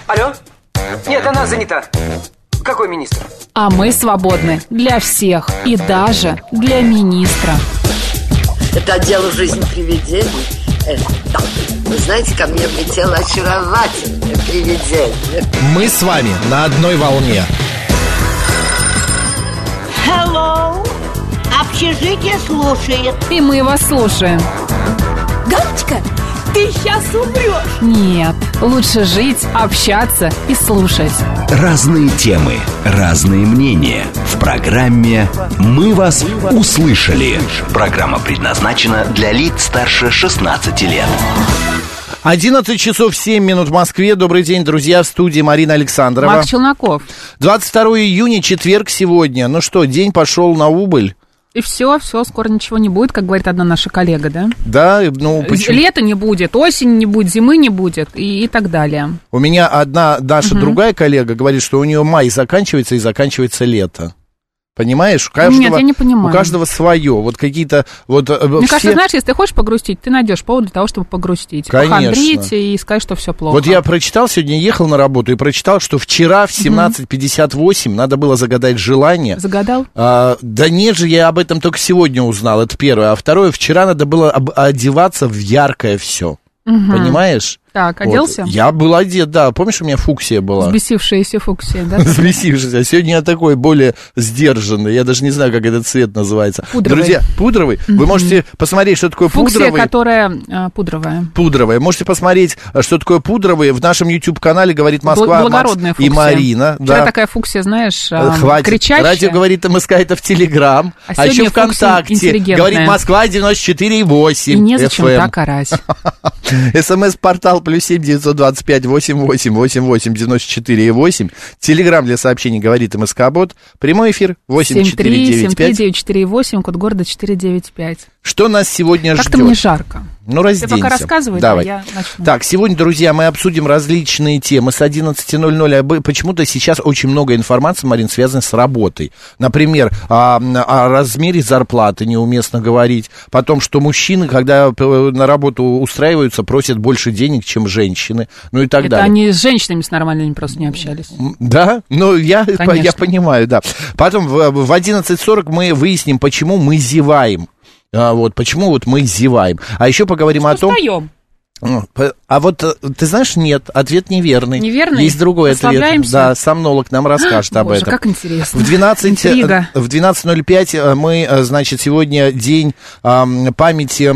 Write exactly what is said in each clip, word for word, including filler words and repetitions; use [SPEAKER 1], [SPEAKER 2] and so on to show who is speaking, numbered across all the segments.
[SPEAKER 1] Алло? Нет, она занята. Какой министр?
[SPEAKER 2] А мы свободны для всех и даже для министра.
[SPEAKER 3] Это отдел «Жизнь привидений». Э, да. Вы знаете, ко мне влетело очаровательное привидение.
[SPEAKER 4] Мы с вами на одной волне.
[SPEAKER 5] Hello. Общежитие слушает.
[SPEAKER 2] И мы вас слушаем.
[SPEAKER 5] Галочка, ты сейчас умрешь.
[SPEAKER 2] Нет, лучше жить, общаться и слушать.
[SPEAKER 6] Разные темы, разные мнения. В программе «Мы вас услышали». Программа предназначена для лиц старше шестнадцати лет.
[SPEAKER 4] одиннадцать часов семь минут в Москве. Добрый день, друзья, в студии Марина Александрова.
[SPEAKER 2] Макс Челноков.
[SPEAKER 4] двадцать второго июня, четверг сегодня. Ну что, день пошел на убыль.
[SPEAKER 2] И все, все, скоро ничего не будет, как говорит одна наша коллега, да?
[SPEAKER 4] Да, ну почему?
[SPEAKER 2] Лета не будет, осень не будет, зимы не будет и, и так далее.
[SPEAKER 4] У меня одна наша
[SPEAKER 2] угу.
[SPEAKER 4] другая коллега говорит, что у нее май заканчивается и заканчивается лето. Понимаешь? У каждого,
[SPEAKER 2] Нет, я не понимаю.
[SPEAKER 4] У каждого свое. Вот какие-то... Вот,
[SPEAKER 2] Мне
[SPEAKER 4] все...
[SPEAKER 2] кажется, знаешь, если ты хочешь погрустить, ты найдешь повод для того, чтобы погрустить.
[SPEAKER 4] Конечно.
[SPEAKER 2] Похандрить и сказать, что все плохо.
[SPEAKER 4] Вот я прочитал, сегодня ехал на работу и прочитал, что вчера в семнадцать пятьдесят восемь надо было загадать желание.
[SPEAKER 2] Загадал?
[SPEAKER 4] А, да нет же, я об этом только сегодня узнал, это первое. А второе, вчера надо было об- одеваться в яркое все.
[SPEAKER 2] Угу.
[SPEAKER 4] Понимаешь?
[SPEAKER 2] Так, оделся?
[SPEAKER 4] Вот. Я был одет, да. Помнишь, у меня фуксия была?
[SPEAKER 2] Взбесившаяся фуксия, да?
[SPEAKER 4] Взбесившаяся. Сегодня я такой более сдержанный. Я даже не знаю, как этот цвет называется.
[SPEAKER 2] Пудровый.
[SPEAKER 4] Друзья, пудровый. Mm-hmm. Вы можете посмотреть, что такое
[SPEAKER 2] фуксия,
[SPEAKER 4] пудровый.
[SPEAKER 2] которая э, пудровая.
[SPEAKER 4] Пудровая. Можете посмотреть, что такое пудровый. В нашем YouTube-канале «Говорит Москва»
[SPEAKER 2] Благородная
[SPEAKER 4] Макс
[SPEAKER 2] фуксия.
[SPEAKER 4] и Марина.
[SPEAKER 2] Вчера
[SPEAKER 4] да.
[SPEAKER 2] такая фуксия, знаешь, э,
[SPEAKER 4] Хватит.
[SPEAKER 2] кричащая.
[SPEAKER 4] Радио «Говорит МСК» это в Телеграм. А, а еще ВКонтакте. «Говорит Москва» девяносто четыре и восемь.
[SPEAKER 2] И незачем эф эм. Так орать.
[SPEAKER 4] СМС-портал плюс семь девятьсот двадцать пять восемь восемь восемь восемь девяносто четыре и восемь. Телеграм для сообщений «Говорит МСК-бот». Прямой эфир восемь четыре девять пять.
[SPEAKER 2] семь три девять четыре восемь, код города четыре девять пять.
[SPEAKER 4] Что нас сегодня ждет?
[SPEAKER 2] Как-то мне жарко.
[SPEAKER 4] Ну, разденься.
[SPEAKER 2] Ты пока рассказывай,
[SPEAKER 4] Давай.
[SPEAKER 2] да, я начну.
[SPEAKER 4] Так, сегодня, друзья, мы обсудим различные темы с одиннадцати ноль-ноль. Почему-то сейчас очень много информации, Марин, связанной с работой. Например, о, о размере зарплаты неуместно говорить. Потом, что мужчины, когда на работу устраиваются, просят больше денег, чем женщины. Ну и так
[SPEAKER 2] Это
[SPEAKER 4] далее.
[SPEAKER 2] они с женщинами с нормальными просто не общались.
[SPEAKER 4] Да? Ну, я, я понимаю, да. Потом в, в одиннадцать сорок мы выясним, почему мы зеваем. А, вот, почему вот мы зеваем. А еще поговорим
[SPEAKER 2] что
[SPEAKER 4] о том...
[SPEAKER 2] Встаем.
[SPEAKER 4] А вот, ты знаешь, нет, ответ неверный.
[SPEAKER 2] Неверный?
[SPEAKER 4] Есть другой ответ. Да, сомнолог нам расскажет об
[SPEAKER 2] Боже,
[SPEAKER 4] этом.
[SPEAKER 2] как интересно.
[SPEAKER 4] В двенадцать, в двенадцать ноль пять мы, значит, сегодня день эм, памяти...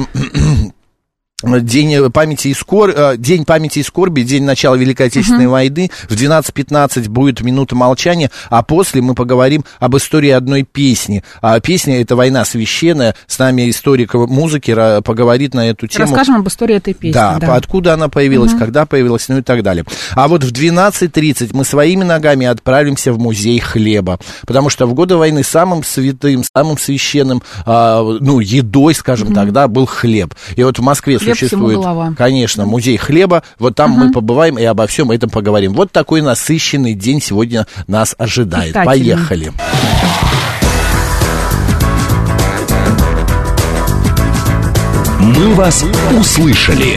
[SPEAKER 4] День памяти и скорби, день памяти и скорби, день начала Великой Отечественной uh-huh. войны. В двенадцать пятнадцать будет минута молчания, а после мы поговорим об истории одной песни. А песня — это «Война священная». С нами историк музыки поговорит на эту тему.
[SPEAKER 2] Расскажем об истории этой песни.
[SPEAKER 4] Да,
[SPEAKER 2] да.
[SPEAKER 4] откуда она появилась, uh-huh. когда появилась, ну и так далее. А вот в двенадцать тридцать мы своими ногами отправимся в музей хлеба, потому что в годы войны самым святым, самым священным, ну, едой, скажем uh-huh. так, да, был хлеб. И вот в Москве существует, конечно, музей хлеба. Вот там uh-huh. мы побываем и обо всем этом поговорим. Вот такой насыщенный день сегодня нас ожидает. Питательный. Поехали.
[SPEAKER 6] Мы вас услышали.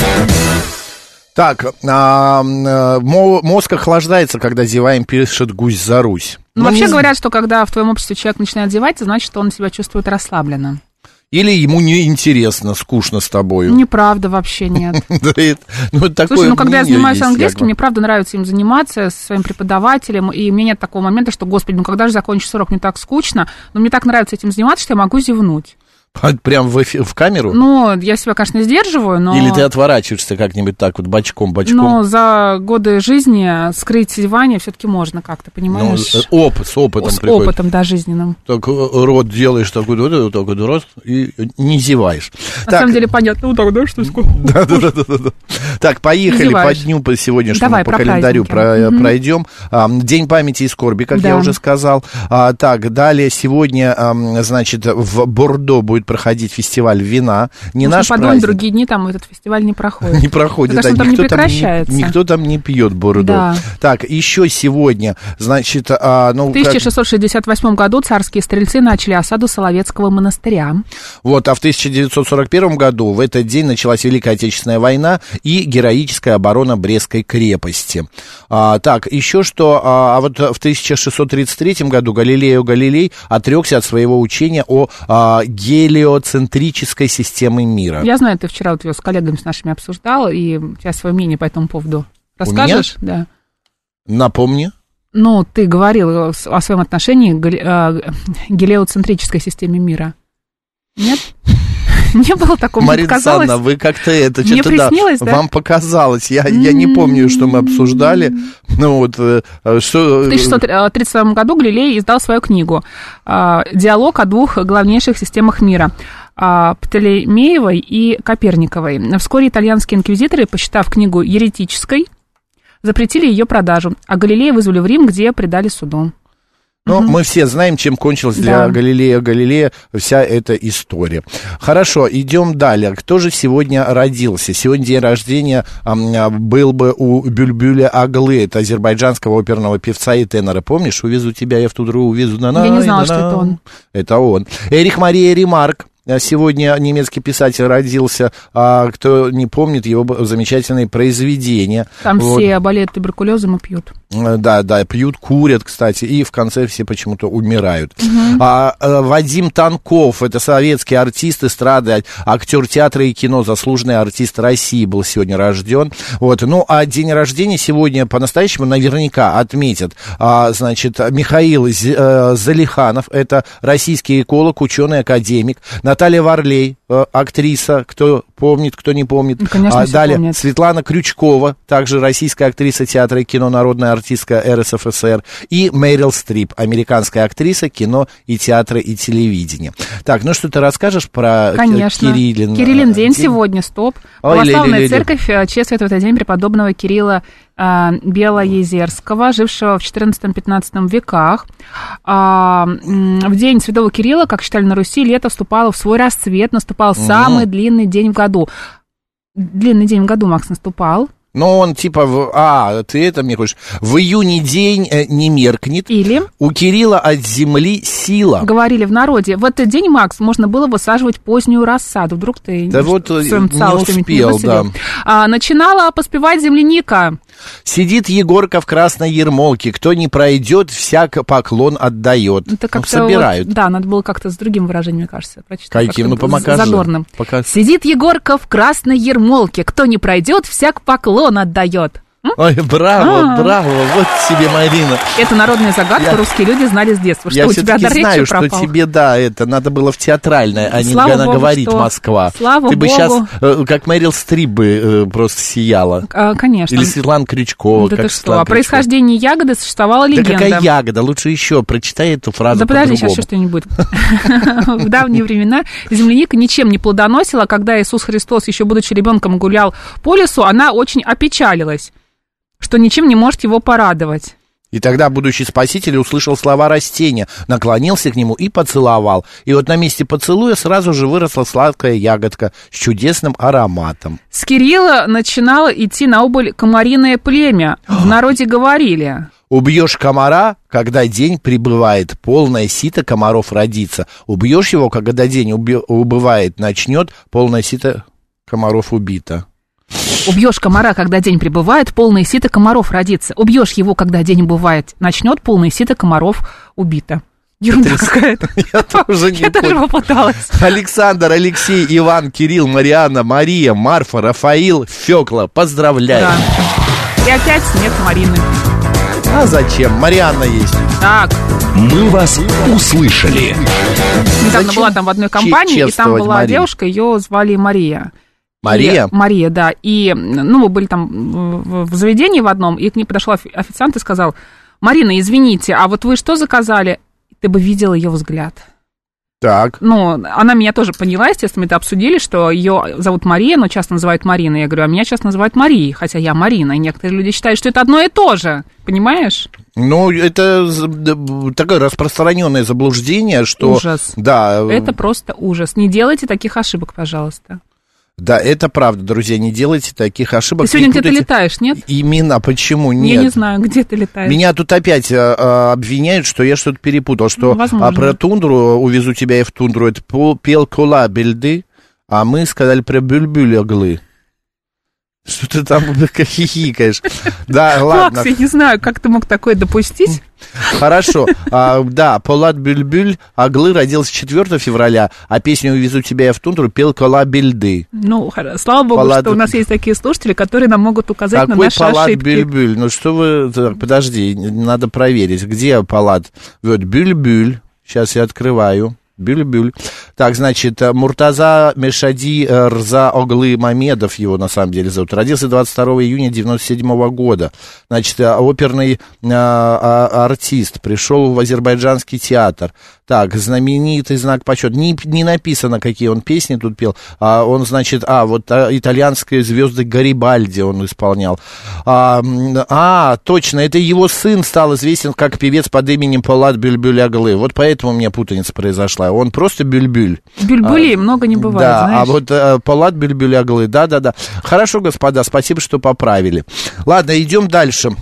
[SPEAKER 4] Так, а, мозг охлаждается, когда зеваем, пишет Гусь за Русь.
[SPEAKER 2] Ну, вообще не... говорят, что когда в твоем обществе человек начинает зевать, значит, что он себя чувствует расслабленно.
[SPEAKER 4] Или ему неинтересно, скучно с тобою.
[SPEAKER 2] Неправда, вообще нет.
[SPEAKER 4] Слушай,
[SPEAKER 2] ну когда я занимаюсь английским, мне правда нравится им заниматься со своим преподавателем, и у меня нет такого момента, что, господи, ну когда же закончится урок, мне так скучно, но мне так нравится этим заниматься, что я могу зевнуть.
[SPEAKER 4] Прям в, эфир, в камеру?
[SPEAKER 2] Ну, я себя, конечно, сдерживаю, но...
[SPEAKER 4] Или ты отворачиваешься как-нибудь так вот бочком-бочком?
[SPEAKER 2] Но за годы жизни скрыть зевание все-таки можно как-то, понимаешь?
[SPEAKER 4] Ну, опыт, с опытом
[SPEAKER 2] с
[SPEAKER 4] приходит.
[SPEAKER 2] С опытом, да, жизненным.
[SPEAKER 4] Так рот делаешь такой, вот такой рот, и не зеваешь.
[SPEAKER 2] На так, самом деле понятно, вот так, да, что сколько?
[SPEAKER 4] Да-да-да. Так, поехали по дню по сегодняшнему,
[SPEAKER 2] Давай,
[SPEAKER 4] по
[SPEAKER 2] про
[SPEAKER 4] календарю про, угу. пройдем. День памяти и скорби, как да. я уже сказал. Так, далее сегодня, значит, в Бордо будет будет проходить фестиваль вина. Не
[SPEAKER 2] Можно
[SPEAKER 4] наш
[SPEAKER 2] подумать,
[SPEAKER 4] праздник.
[SPEAKER 2] другие дни там этот фестиваль не проходит.
[SPEAKER 4] Не проходит,
[SPEAKER 2] Потому
[SPEAKER 4] да,
[SPEAKER 2] что он там не
[SPEAKER 4] никто, там не,
[SPEAKER 2] прекращается.
[SPEAKER 4] никто там не пьет бурду.
[SPEAKER 2] Да.
[SPEAKER 4] Так, еще сегодня, значит... А, ну,
[SPEAKER 2] в тысяча шестьсот шестьдесят восьмом году царские стрельцы начали осаду Соловецкого монастыря.
[SPEAKER 4] Вот, а в тысяча девятьсот сорок первом году в этот день началась Великая Отечественная война и героическая оборона Брестской крепости. А, так, еще что, а, а вот в тысяча шестьсот тридцать третьем году Галилео Галилей отрекся от своего учения о а, гелиоцентрической системе мира.
[SPEAKER 2] Я знаю, ты вчера вот ее с коллегами с нашими обсуждал, и у тебя свое мнение по этому поводу расскажешь?
[SPEAKER 4] У меня?
[SPEAKER 2] Да.
[SPEAKER 4] Напомни.
[SPEAKER 2] Ну, ты говорил о своем отношении к гелиоцентрической системе мира. Нет? Не было такого,
[SPEAKER 4] Марина Александровна, вы как-то это...
[SPEAKER 2] Мне приснилось,
[SPEAKER 4] да,
[SPEAKER 2] да?
[SPEAKER 4] Вам показалось. Я, я не помню, что мы обсуждали. Ну, вот, что...
[SPEAKER 2] В тысяча шестьсот тридцать втором году Галилей издал свою книгу «Диалог о двух главнейших системах мира» Птолемеевой и Коперниковой. Вскоре итальянские инквизиторы, посчитав книгу еретической, запретили ее продажу, а Галилея вызвали в Рим, где предали суду.
[SPEAKER 4] Ну,
[SPEAKER 2] угу.
[SPEAKER 4] Мы все знаем, чем кончилась для
[SPEAKER 2] да.
[SPEAKER 4] Галилея Галилея вся эта история. Хорошо, идем далее. Кто же сегодня родился? Сегодня день рождения а, был бы у Бюльбюля Аглы, это азербайджанского оперного певца и тенора. Помнишь? «Увезу тебя, я в Тудру увезу». На-на,
[SPEAKER 2] я не знала,
[SPEAKER 4] на-на.
[SPEAKER 2] что это он.
[SPEAKER 4] Это он. Эрих Мария Ремарк. Сегодня немецкий писатель родился, а кто не помнит его замечательные произведения.
[SPEAKER 2] Там
[SPEAKER 4] вот.
[SPEAKER 2] Все болеют туберкулезом и пьют.
[SPEAKER 4] Да, да, пьют, курят, кстати, и в конце все почему-то умирают.
[SPEAKER 2] Угу.
[SPEAKER 4] А, а, Вадим Танков, это советский артист эстрады, актер театра и кино, заслуженный артист России, был сегодня рожден. Вот. Ну, а день рождения сегодня по-настоящему наверняка отметят, а, значит, Михаил Залиханов, это российский эколог, ученый, академик, Наталья Варлей, актриса, кто помнит, кто не помнит.
[SPEAKER 2] Ну, конечно,
[SPEAKER 4] а, далее
[SPEAKER 2] помнят.
[SPEAKER 4] Светлана Крючкова, также российская актриса театра и кино, народная артистка эр эс эф эс эр. И Мэрил Стрип, американская актриса кино и театра и телевидения. Так, ну что ты расскажешь про
[SPEAKER 2] Конечно.
[SPEAKER 4] Кириллин?
[SPEAKER 2] Кириллин день сегодня, стоп.
[SPEAKER 4] Ой,
[SPEAKER 2] Православная
[SPEAKER 4] ли, ли, ли,
[SPEAKER 2] церковь чествует в этот день преподобного Кирилла э, Белоезерского, жившего в четырнадцатом-пятнадцатом веках. А, в день Святого Кирилла, как считали на Руси, лето вступало в свой расцвет, наступал mm-hmm. самый длинный день в году. Длинный день в году, Макс, наступал.
[SPEAKER 4] Ну, он типа, в, а, ты это мне хочешь, в июне день э, не меркнет.
[SPEAKER 2] Или?
[SPEAKER 4] У Кирилла от земли сила.
[SPEAKER 2] Говорили в народе. В этот день, Макс, можно было высаживать позднюю рассаду. Вдруг ты
[SPEAKER 4] да вот
[SPEAKER 2] своем
[SPEAKER 4] не успел,
[SPEAKER 2] не
[SPEAKER 4] да.
[SPEAKER 2] А, начинала поспевать земляника.
[SPEAKER 4] Сидит Егорка в красной ермолке. Кто не пройдет, всяк поклон отдает.
[SPEAKER 2] Это
[SPEAKER 4] ну,
[SPEAKER 2] как-то
[SPEAKER 4] собирают.
[SPEAKER 2] Вот, да, надо было как-то с другим выражением, мне кажется, прочитать.
[SPEAKER 4] Каким? Ну, покажи.
[SPEAKER 2] Задорным.
[SPEAKER 4] Пока...
[SPEAKER 2] Сидит Егорка в красной ермолке. Кто не пройдет, всяк поклон отдает. М?
[SPEAKER 4] Ой, браво,
[SPEAKER 2] А-а-а.
[SPEAKER 4] браво, вот тебе, Марина.
[SPEAKER 2] Это народная загадка, я... русские люди знали с детства. Что
[SPEAKER 4] я
[SPEAKER 2] у тебя дар речи
[SPEAKER 4] знаю,
[SPEAKER 2] пропал.
[SPEAKER 4] что тебе, да, это надо было в театральное, а не
[SPEAKER 2] Слава Богу,
[SPEAKER 4] говорить
[SPEAKER 2] что...
[SPEAKER 4] Москва.
[SPEAKER 2] Слава
[SPEAKER 4] Ты бы
[SPEAKER 2] Богу.
[SPEAKER 4] сейчас, э, как Мэрил Стрип бы э, просто сияла.
[SPEAKER 2] А, конечно.
[SPEAKER 4] Или Светлана Крючкова.
[SPEAKER 2] Да
[SPEAKER 4] как
[SPEAKER 2] ты что,
[SPEAKER 4] Светлана
[SPEAKER 2] о происхождении ягоды существовала
[SPEAKER 4] да
[SPEAKER 2] легенда.
[SPEAKER 4] Да какая ягода? Лучше еще прочитай эту фразу
[SPEAKER 2] Да подожди,
[SPEAKER 4] по-другому.
[SPEAKER 2] сейчас еще что-нибудь. В давние времена земляника ничем не плодоносила. Когда Иисус Христос, еще будучи ребенком, гулял по лесу, она очень опечалилась, что ничем не может его порадовать.
[SPEAKER 4] И тогда будущий спаситель услышал слова растения, наклонился к нему и поцеловал. И вот на месте поцелуя сразу же выросла сладкая ягодка с чудесным ароматом.
[SPEAKER 2] С Кирилла начинало идти на убыль комариное племя. В народе говорили:
[SPEAKER 4] убьешь комара, когда день прибывает, полное сито комаров родится. Убьешь его, когда день уби- убывает, начнет, полное сито комаров убито.
[SPEAKER 2] Убьешь комара, когда день прибывает, полное сито комаров родится. Убьешь его, когда день убывает, начнет, полное сито комаров убито. Ерунда какая-то.
[SPEAKER 4] Я тоже не
[SPEAKER 2] Я тоже попыталась.
[SPEAKER 4] Александр, Алексей, Иван, Кирилл, Марианна, Мария, Марфа, Рафаил, Фёкла. Поздравляю.
[SPEAKER 2] Да. И опять нет Марины.
[SPEAKER 4] А зачем? Марианна есть.
[SPEAKER 2] Так.
[SPEAKER 6] Мы вас услышали.
[SPEAKER 2] Недавно
[SPEAKER 4] Зачем
[SPEAKER 2] была там в одной компании, и там
[SPEAKER 4] чествовать
[SPEAKER 2] была
[SPEAKER 4] Марию?
[SPEAKER 2] девушка, ее звали Мария.
[SPEAKER 4] Мария?
[SPEAKER 2] И, Мария, да. И, ну, мы были там в, в заведении в одном, и к ней подошел официант и сказал: Марина, извините, а вот вы что заказали? Ты бы видела ее взгляд.
[SPEAKER 4] Так.
[SPEAKER 2] Ну, она меня тоже поняла, естественно, мы это обсудили, что ее зовут Мария, но часто называют Мариной. Я говорю, а меня часто называют Марией, хотя я Марина. И некоторые люди считают, что это одно и то же. Понимаешь?
[SPEAKER 4] Ну, это такое распространенное заблуждение, что...
[SPEAKER 2] Ужас.
[SPEAKER 4] Да.
[SPEAKER 2] Это просто ужас. Не делайте таких ошибок, пожалуйста.
[SPEAKER 4] Да, это правда, друзья, не делайте таких ошибок.
[SPEAKER 2] Ты сегодня
[SPEAKER 4] не
[SPEAKER 2] где-то
[SPEAKER 4] путайте...
[SPEAKER 2] летаешь, нет?
[SPEAKER 4] Именно, почему нет?
[SPEAKER 2] Я не знаю, где ты летаешь.
[SPEAKER 4] Меня тут опять а, обвиняют, что я что-то перепутал, что а, про тундру, увезу тебя и в тундру, это пел кола бельды, а мы сказали про бюль-бюль-оглы. Что ты там хихикаешь? Да, ладно.
[SPEAKER 2] Макс, я не знаю, как ты мог такое допустить.
[SPEAKER 4] Хорошо. А, да, Полат Бюльбюль Аглы родился четвёртого февраля, а песню «Увезу тебя я в тундру» пел Кола Бельды.
[SPEAKER 2] Ну, слава богу,
[SPEAKER 4] Полат...
[SPEAKER 2] что у нас есть такие слушатели, которые нам могут указать
[SPEAKER 4] Какой
[SPEAKER 2] на наши
[SPEAKER 4] Полат
[SPEAKER 2] ошибки.
[SPEAKER 4] Бюльбюль? Ну, что вы... Так, подожди, надо проверить. Где Полат? Вот, Бюльбюль. Сейчас я открываю. Бюль-бюль. Так, значит, Муртаза Мешади Рза Оглы Мамедов его на самом деле зовут. Родился двадцать второго июня девяносто седьмого года. Значит, оперный а, а, артист. Пришел в Азербайджанский театр. Так, знаменитый знак почета. Не, не написано, какие он песни тут пел. А, он, значит, а, вот а, итальянские звезды Гарибальди он исполнял. А, а, точно, это его сын стал известен как певец под именем Полат Бюльбюль Аглы. Вот поэтому у меня путаница произошла. Он просто Бюльбюль.
[SPEAKER 2] Бюльбюлей
[SPEAKER 4] а,
[SPEAKER 2] много не бывает,
[SPEAKER 4] да,
[SPEAKER 2] знаешь.
[SPEAKER 4] а вот а, Полат Бюльбюль Аглы, да-да-да. Хорошо, господа, спасибо, что поправили. Ладно, идем дальше.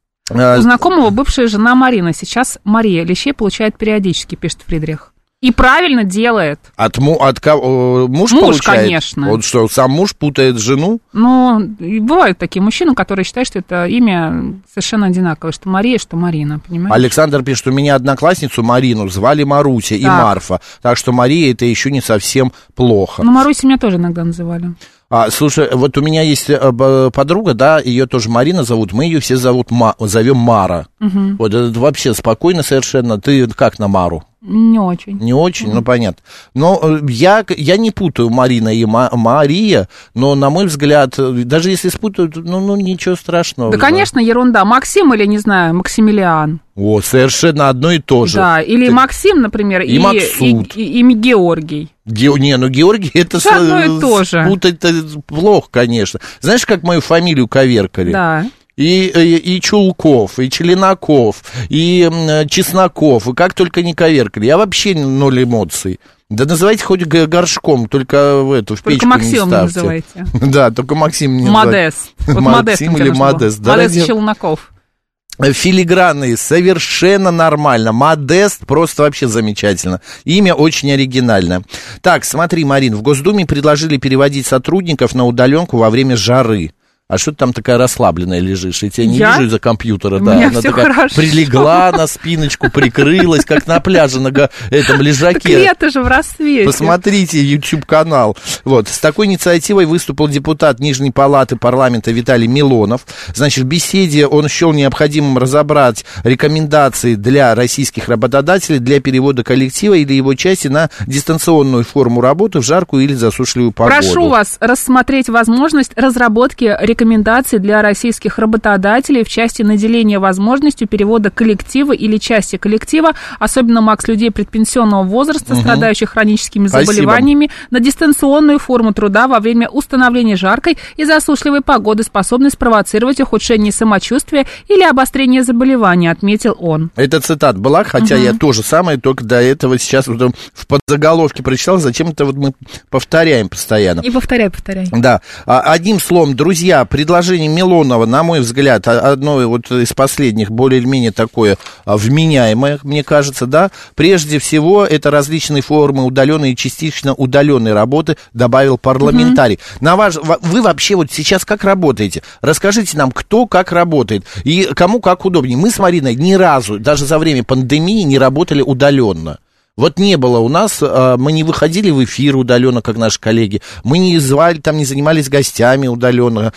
[SPEAKER 2] У знакомого бывшая жена Марина. Сейчас Мария лещей получает периодически, пишет Фридрих. И правильно делает.
[SPEAKER 4] От, му, от кого? Муж,
[SPEAKER 2] муж
[SPEAKER 4] получает?
[SPEAKER 2] Конечно.
[SPEAKER 4] Вот что, сам муж путает жену?
[SPEAKER 2] Ну, бывают такие мужчины, которые считают, что это имя совершенно одинаковое, что Мария, что Марина, понимаешь?
[SPEAKER 4] Александр пишет, у меня одноклассницу Марину звали Маруся и
[SPEAKER 2] так.
[SPEAKER 4] Марфа, так что Мария это еще не совсем плохо.
[SPEAKER 2] Ну, Маруся меня тоже иногда называли.
[SPEAKER 4] А, слушай, вот у меня есть подруга, да, ее тоже Марина зовут, мы ее все зовут, Ма, зовем Мара. Угу. Вот это вообще спокойно совершенно. Ты как на Мару?
[SPEAKER 2] Не очень.
[SPEAKER 4] Не очень, ну понятно. Но я, я не путаю Марина и Ма, Мария, но, на мой взгляд, даже если спутают, ну, ну ничего страшного.
[SPEAKER 2] Да, конечно, ерунда. Максим или, не знаю, Максимилиан.
[SPEAKER 4] О, совершенно одно и то же.
[SPEAKER 2] Да, или
[SPEAKER 4] Ты...
[SPEAKER 2] Максим, например, и,
[SPEAKER 4] и,
[SPEAKER 2] и, и, и Георгий.
[SPEAKER 4] Ге... Не, ну Георгий это
[SPEAKER 2] с... одно и то же.
[SPEAKER 4] Спутать-то плохо, конечно. Знаешь, как мою фамилию коверкали?
[SPEAKER 2] Да.
[SPEAKER 4] И, и, и Чулков, и Челеноков, и Чесноков, и как только не коверкали. Я вообще ноль эмоций. Да называйте хоть горшком, только в эту, в
[SPEAKER 2] только
[SPEAKER 4] печку
[SPEAKER 2] Максим
[SPEAKER 4] не ставьте.
[SPEAKER 2] не называйте.
[SPEAKER 4] Да, только Максим не
[SPEAKER 2] Модест.
[SPEAKER 4] Вот Максим или Модест.
[SPEAKER 2] Да, Модест Челноков.
[SPEAKER 4] Филигранные, совершенно нормально. Модест просто вообще замечательно. Имя очень оригинальное. Так, смотри, Марин, в Госдуме предложили переводить сотрудников на удаленку во время жары. А что ты там такая расслабленная лежишь? Я тебя не
[SPEAKER 2] Я?
[SPEAKER 4] вижу из-за компьютера.
[SPEAKER 2] У
[SPEAKER 4] да.
[SPEAKER 2] меня
[SPEAKER 4] Она
[SPEAKER 2] всё
[SPEAKER 4] такая
[SPEAKER 2] хорошо.
[SPEAKER 4] Прилегла на спиночку, прикрылась, как на пляже на этом лежаке.
[SPEAKER 2] Так лето же в рассвете.
[SPEAKER 4] Посмотрите YouTube-канал. Вот. С такой инициативой выступил депутат Нижней палаты парламента Виталий Милонов. Значит, в беседе он счел необходимым разобрать рекомендации для российских работодателей для перевода коллектива или его части на дистанционную форму работы в жаркую или засушливую погоду.
[SPEAKER 2] Прошу вас рассмотреть возможность разработки рекомендаций рекомендации для российских работодателей в части наделения возможностью перевода коллектива или части коллектива, особенно, Макс, людей предпенсионного возраста, угу. страдающих хроническими заболеваниями, Спасибо. На дистанционную форму труда во время установления жаркой и засушливой погоды, способной спровоцировать ухудшение самочувствия или обострение заболевания, отметил он.
[SPEAKER 4] Это цитата была, хотя угу. я тоже самое, только до этого сейчас вот в подзаголовке прочитал, зачем это вот мы повторяем постоянно.
[SPEAKER 2] И повторяй, повторяй.
[SPEAKER 4] Да. Одним словом, друзья, предложение Милонова, на мой взгляд, одно вот из последних, более-менее такое вменяемое, мне кажется, да. Прежде всего, это различные формы удаленной и частично удаленной работы, добавил парламентарий. Mm-hmm. На ваш, вы вообще вот сейчас как работаете? Расскажите нам, кто как работает и кому как удобнее. Мы с Мариной ни разу, даже за время пандемии, не работали удаленно. Вот не было у нас, мы не выходили в эфир удаленно, как наши коллеги, мы не звали, там не занимались гостями удаленно,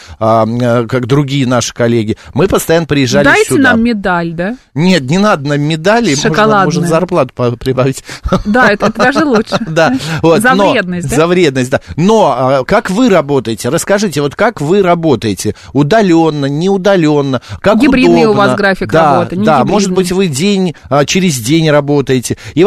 [SPEAKER 4] как другие наши коллеги. Мы постоянно приезжали
[SPEAKER 2] Дайте
[SPEAKER 4] сюда.
[SPEAKER 2] Дайте нам медаль, да?
[SPEAKER 4] Нет, не надо нам медали, можно, можно зарплату прибавить.
[SPEAKER 2] Да, это, это даже лучше.
[SPEAKER 4] Да, вот,
[SPEAKER 2] за
[SPEAKER 4] но,
[SPEAKER 2] вредность, да?
[SPEAKER 4] За вредность, да. Но как вы работаете? Расскажите, вот как вы работаете? Удаленно, неудаленно, как
[SPEAKER 2] гибридный
[SPEAKER 4] удобно?
[SPEAKER 2] у вас график
[SPEAKER 4] да,
[SPEAKER 2] работы, не
[SPEAKER 4] Да,
[SPEAKER 2] гибридный.
[SPEAKER 4] может быть, вы день через день работаете. И вообще,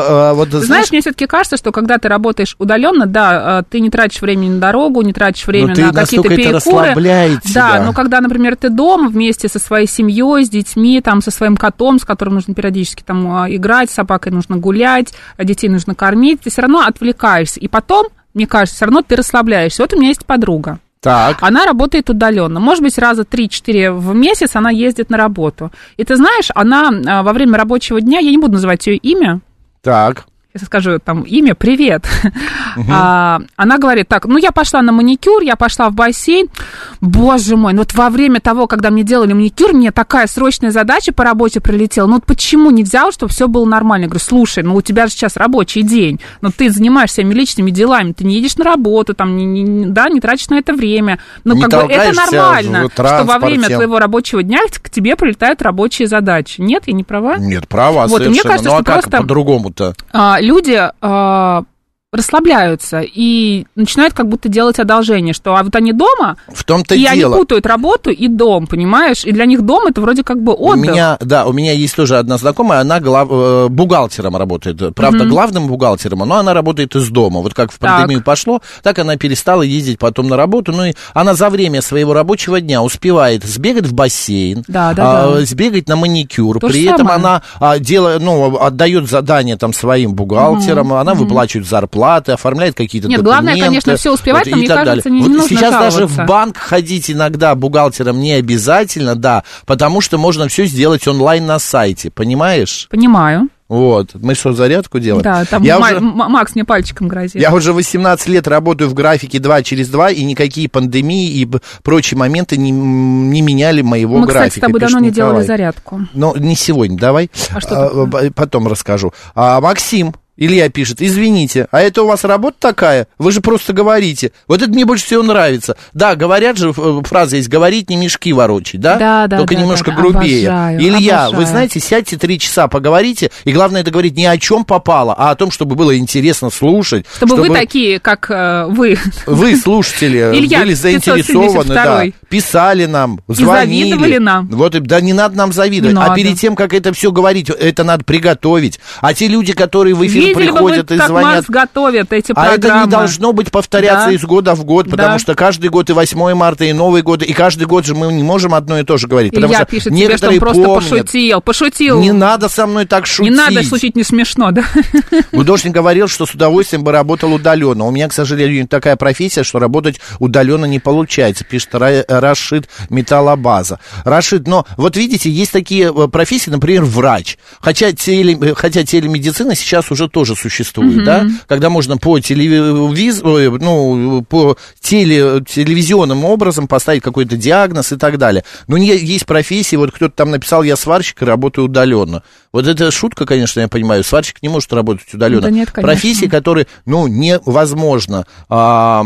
[SPEAKER 4] а, вот,
[SPEAKER 2] знаешь,
[SPEAKER 4] знаешь,
[SPEAKER 2] мне все-таки кажется, что когда ты работаешь удаленно, да, ты не тратишь времени на дорогу, не тратишь время на какие-то перекуры. Да, но когда, например, ты дома вместе со своей семьей, с детьми, там, со своим котом, с которым нужно периодически там играть, с собакой нужно гулять, детей нужно кормить, ты все равно отвлекаешься. И потом, мне кажется, все равно ты расслабляешься. Вот у меня есть подруга.
[SPEAKER 4] Так.
[SPEAKER 2] Она работает удаленно. Может быть, раза три-четыре в месяц она ездит на работу. И ты знаешь, она во время рабочего дня, я не буду называть ее имя.
[SPEAKER 4] Так.
[SPEAKER 2] Если скажу там имя, привет.
[SPEAKER 4] Угу.
[SPEAKER 2] А, она говорит, так, ну я пошла на маникюр, я пошла в бассейн. Боже мой, ну вот во время того, когда мне делали маникюр, мне такая срочная задача по работе прилетела. Ну вот почему не взял, чтобы все было нормально? Я говорю, слушай, ну у тебя же сейчас рабочий день, но ты занимаешься своими личными делами, ты не едешь на работу, там, не, не, да, не тратишь на это время. Ну
[SPEAKER 4] не
[SPEAKER 2] как бы это нормально, что во время
[SPEAKER 4] тем.
[SPEAKER 2] твоего рабочего дня к тебе прилетают рабочие задачи. Нет, я не права?
[SPEAKER 4] Нет, права,
[SPEAKER 2] вот,
[SPEAKER 4] совершенно.
[SPEAKER 2] Мне кажется,
[SPEAKER 4] ну а
[SPEAKER 2] что
[SPEAKER 4] как
[SPEAKER 2] просто
[SPEAKER 4] по-другому-то?
[SPEAKER 2] А, люди а, расслабляются и начинают как будто делать одолжение, что а вот они дома,
[SPEAKER 4] в том-то
[SPEAKER 2] и
[SPEAKER 4] дело.
[SPEAKER 2] Они путают работу и дом, понимаешь? И для них дом это вроде как бы отдых.
[SPEAKER 4] У меня, да, у меня есть тоже одна знакомая, она глав, э, бухгалтером работает, правда, mm-hmm. главным бухгалтером, но она работает из дома. Вот как в пандемию так. пошло, так она перестала ездить потом на работу, ну и она за время своего рабочего дня успевает сбегать в бассейн,
[SPEAKER 2] да, да,
[SPEAKER 4] а,
[SPEAKER 2] да.
[SPEAKER 4] сбегать на маникюр,
[SPEAKER 2] То
[SPEAKER 4] при этом она а, делает, ну, отдает задания там своим бухгалтерам, mm-hmm. она mm-hmm. выплачивает зарплату, оформляет какие-то
[SPEAKER 2] Нет,
[SPEAKER 4] документы.
[SPEAKER 2] Нет, главное, конечно, все успевать,
[SPEAKER 4] вот,
[SPEAKER 2] но мне кажется, далее. не,
[SPEAKER 4] вот
[SPEAKER 2] не нужно
[SPEAKER 4] сейчас
[SPEAKER 2] жаловаться.
[SPEAKER 4] Даже в банк ходить иногда бухгалтером не обязательно, да, потому что можно все сделать онлайн на сайте, понимаешь?
[SPEAKER 2] Понимаю.
[SPEAKER 4] Вот, мы что, зарядку делаем?
[SPEAKER 2] Да, там
[SPEAKER 4] я
[SPEAKER 2] Ма-
[SPEAKER 4] уже,
[SPEAKER 2] Макс мне пальчиком грозит.
[SPEAKER 4] Я уже восемнадцать лет работаю в графике два через два, и никакие пандемии и прочие моменты не, не меняли моего
[SPEAKER 2] мы,
[SPEAKER 4] графика.
[SPEAKER 2] Мы, кстати, с тобой давно не делали зарядку.
[SPEAKER 4] Но не сегодня, давай.
[SPEAKER 2] А что
[SPEAKER 4] а, потом расскажу. А, Максим. Илья пишет, извините, а это у вас работа такая? Вы же просто говорите. Вот это мне больше всего нравится. Да, говорят же, фраза есть, говорить не мешки ворочать, да?
[SPEAKER 2] Да, да,
[SPEAKER 4] Только
[SPEAKER 2] да,
[SPEAKER 4] немножко
[SPEAKER 2] да,
[SPEAKER 4] грубее.
[SPEAKER 2] обожаю,
[SPEAKER 4] Илья,
[SPEAKER 2] обожаю.
[SPEAKER 4] Вы знаете, сядьте три часа, поговорите, и главное это говорить не о чем попало, а о том, чтобы было интересно слушать.
[SPEAKER 2] Чтобы, чтобы... вы такие, как э, вы.
[SPEAKER 4] Вы, слушатели,
[SPEAKER 2] Илья,
[SPEAKER 4] были заинтересованы, да, писали нам, звонили.
[SPEAKER 2] И завидовали нам.
[SPEAKER 4] Вот, да не надо нам завидовать.
[SPEAKER 2] Не
[SPEAKER 4] а
[SPEAKER 2] надо.
[SPEAKER 4] перед тем, как это все говорить, это надо приготовить. А те люди, которые в эфир
[SPEAKER 2] Видели
[SPEAKER 4] приходят
[SPEAKER 2] бы вы,
[SPEAKER 4] и
[SPEAKER 2] как
[SPEAKER 4] звонят...
[SPEAKER 2] Макс готовит эти
[SPEAKER 4] а
[SPEAKER 2] программы.
[SPEAKER 4] это не должно быть повторяться
[SPEAKER 2] да.
[SPEAKER 4] из года в год, потому
[SPEAKER 2] да.
[SPEAKER 4] что каждый год и восьмое марта, и Новый год, и каждый год же мы не можем одно и то же говорить. Потому
[SPEAKER 2] Илья
[SPEAKER 4] что
[SPEAKER 2] пишет
[SPEAKER 4] некоторые
[SPEAKER 2] тебе, что он просто
[SPEAKER 4] помнят.
[SPEAKER 2] пошутил. Пошутил.
[SPEAKER 4] Не надо со мной так шутить.
[SPEAKER 2] Не надо шутить, не смешно, да?
[SPEAKER 4] Художник говорил, что с удовольствием бы работал удаленно. У меня, к сожалению, такая профессия, что работать удаленно не получается, пишет Рашид Металлобаза. Рашид, но вот видите, есть такие профессии, например, врач. Хотя, теле, хотя телемедицина сейчас уже тоже существует, mm-hmm. да? Когда можно по телевиз... ну, по теле... телевизионным образом поставить какой-то диагноз и так далее. Но есть профессии, вот кто-то там написал, я сварщик и работаю удаленно. Вот это шутка, конечно, я понимаю. Сварщик не может работать удаленно.
[SPEAKER 2] Да нет,
[SPEAKER 4] профессии, которые, ну, невозможно а,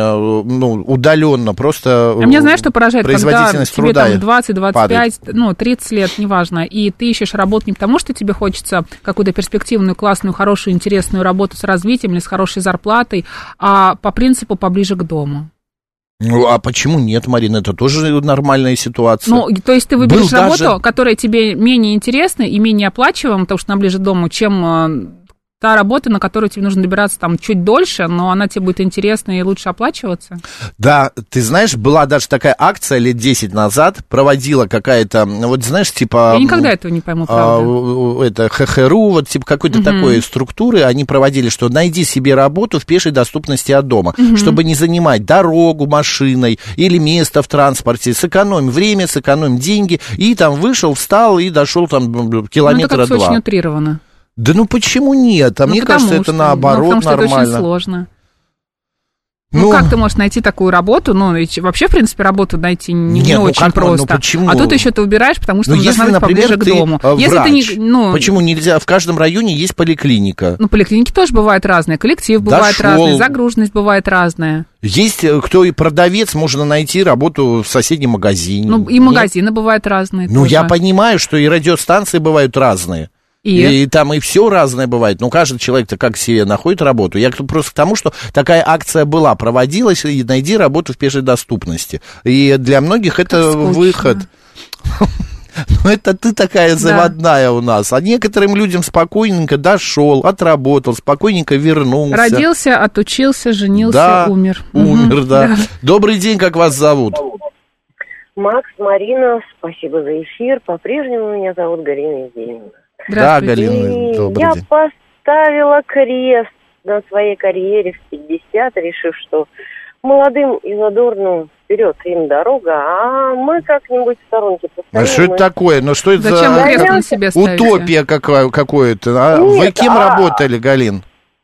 [SPEAKER 4] ну, удаленно, просто
[SPEAKER 2] а мне знаешь, что поражает, когда тебе
[SPEAKER 4] труда
[SPEAKER 2] там двадцать, двадцать пять, ну, тридцать лет, неважно, и ты ищешь работу не потому, что тебе хочется какую-то перспективную, классную, хорошую, интересную работу с развитием или с хорошей зарплатой, а по принципу поближе к дому.
[SPEAKER 4] Ну, а почему нет, Марина? Это тоже нормальная ситуация.
[SPEAKER 2] Ну, то есть ты выберешь
[SPEAKER 4] Был
[SPEAKER 2] работу,
[SPEAKER 4] даже...
[SPEAKER 2] которая тебе менее интересна и менее оплачиваема, потому что она ближе к дому, чем та работа, на которую тебе нужно добираться там чуть дольше, но она тебе будет интересна и лучше оплачиваться?
[SPEAKER 4] Да, ты знаешь, была даже такая акция лет десять назад, проводила какая-то, вот знаешь, типа...
[SPEAKER 2] Я никогда этого не пойму, правда.
[SPEAKER 4] А, это ХХРУ, вот типа какой-то uh-huh. такой структуры, они проводили, что найди себе работу в пешей доступности от дома, uh-huh. чтобы не занимать дорогу машиной или место в транспорте, сэкономь время, сэкономь деньги, и там вышел, встал и дошел там километра
[SPEAKER 2] ну, это как-то
[SPEAKER 4] два.
[SPEAKER 2] очень утрировано.
[SPEAKER 4] Да ну почему нет? А
[SPEAKER 2] ну,
[SPEAKER 4] мне кажется,
[SPEAKER 2] что,
[SPEAKER 4] это наоборот
[SPEAKER 2] ну, потому что
[SPEAKER 4] нормально.
[SPEAKER 2] это очень сложно. Ну,
[SPEAKER 4] ну,
[SPEAKER 2] как ты можешь найти такую работу? Ну, вообще, в принципе, работу найти не,
[SPEAKER 4] нет,
[SPEAKER 2] не
[SPEAKER 4] ну,
[SPEAKER 2] очень
[SPEAKER 4] как,
[SPEAKER 2] просто.
[SPEAKER 4] Ну, почему?
[SPEAKER 2] А тут еще ты выбираешь, потому что
[SPEAKER 4] ну,
[SPEAKER 2] она
[SPEAKER 4] если,
[SPEAKER 2] должна быть
[SPEAKER 4] например,
[SPEAKER 2] поближе
[SPEAKER 4] ты
[SPEAKER 2] к дому.
[SPEAKER 4] Врач,
[SPEAKER 2] если ты не, ну,
[SPEAKER 4] почему нельзя? В каждом районе есть поликлиника.
[SPEAKER 2] Ну, поликлиники тоже бывают разные, коллектив бывает
[SPEAKER 4] Дошел.
[SPEAKER 2] разный, загруженность бывает разная.
[SPEAKER 4] Есть кто и продавец, можно найти работу в соседнем магазине.
[SPEAKER 2] Ну, и магазины Нет? бывают разные.
[SPEAKER 4] Ну,
[SPEAKER 2] тоже.
[SPEAKER 4] я понимаю, что и радиостанции бывают разные. И? и там и все разное бывает. Ну, каждый человек-то как себе находит работу. Я просто к тому, что такая акция была, проводилась, и найди работу в пешей доступности. И для многих это выход. Ну, это ты такая заводная да. у нас. А некоторым людям спокойненько дошел, отработал, спокойненько вернулся.
[SPEAKER 2] Родился, отучился, женился,
[SPEAKER 4] да,
[SPEAKER 2] умер.
[SPEAKER 4] Умер,
[SPEAKER 2] угу,
[SPEAKER 4] да.
[SPEAKER 2] да.
[SPEAKER 4] Добрый день, как вас зовут?
[SPEAKER 7] Макс, Марина, спасибо за эфир. По-прежнему меня зовут Галина Евгеньевна.
[SPEAKER 4] Да, Галина, добрый
[SPEAKER 7] я
[SPEAKER 4] день.
[SPEAKER 7] Я поставила крест на своей карьере в пятьдесят, решив, что молодым и задорным вперед им дорога, а мы как-нибудь в сторонке постоим.
[SPEAKER 4] А что это такое? Ну что это
[SPEAKER 2] Зачем
[SPEAKER 4] за
[SPEAKER 2] крест на себе ставите?
[SPEAKER 4] Утопия какая, какое-то? А?
[SPEAKER 7] Нет,
[SPEAKER 4] Вы кем
[SPEAKER 7] а...
[SPEAKER 4] работали, Галин?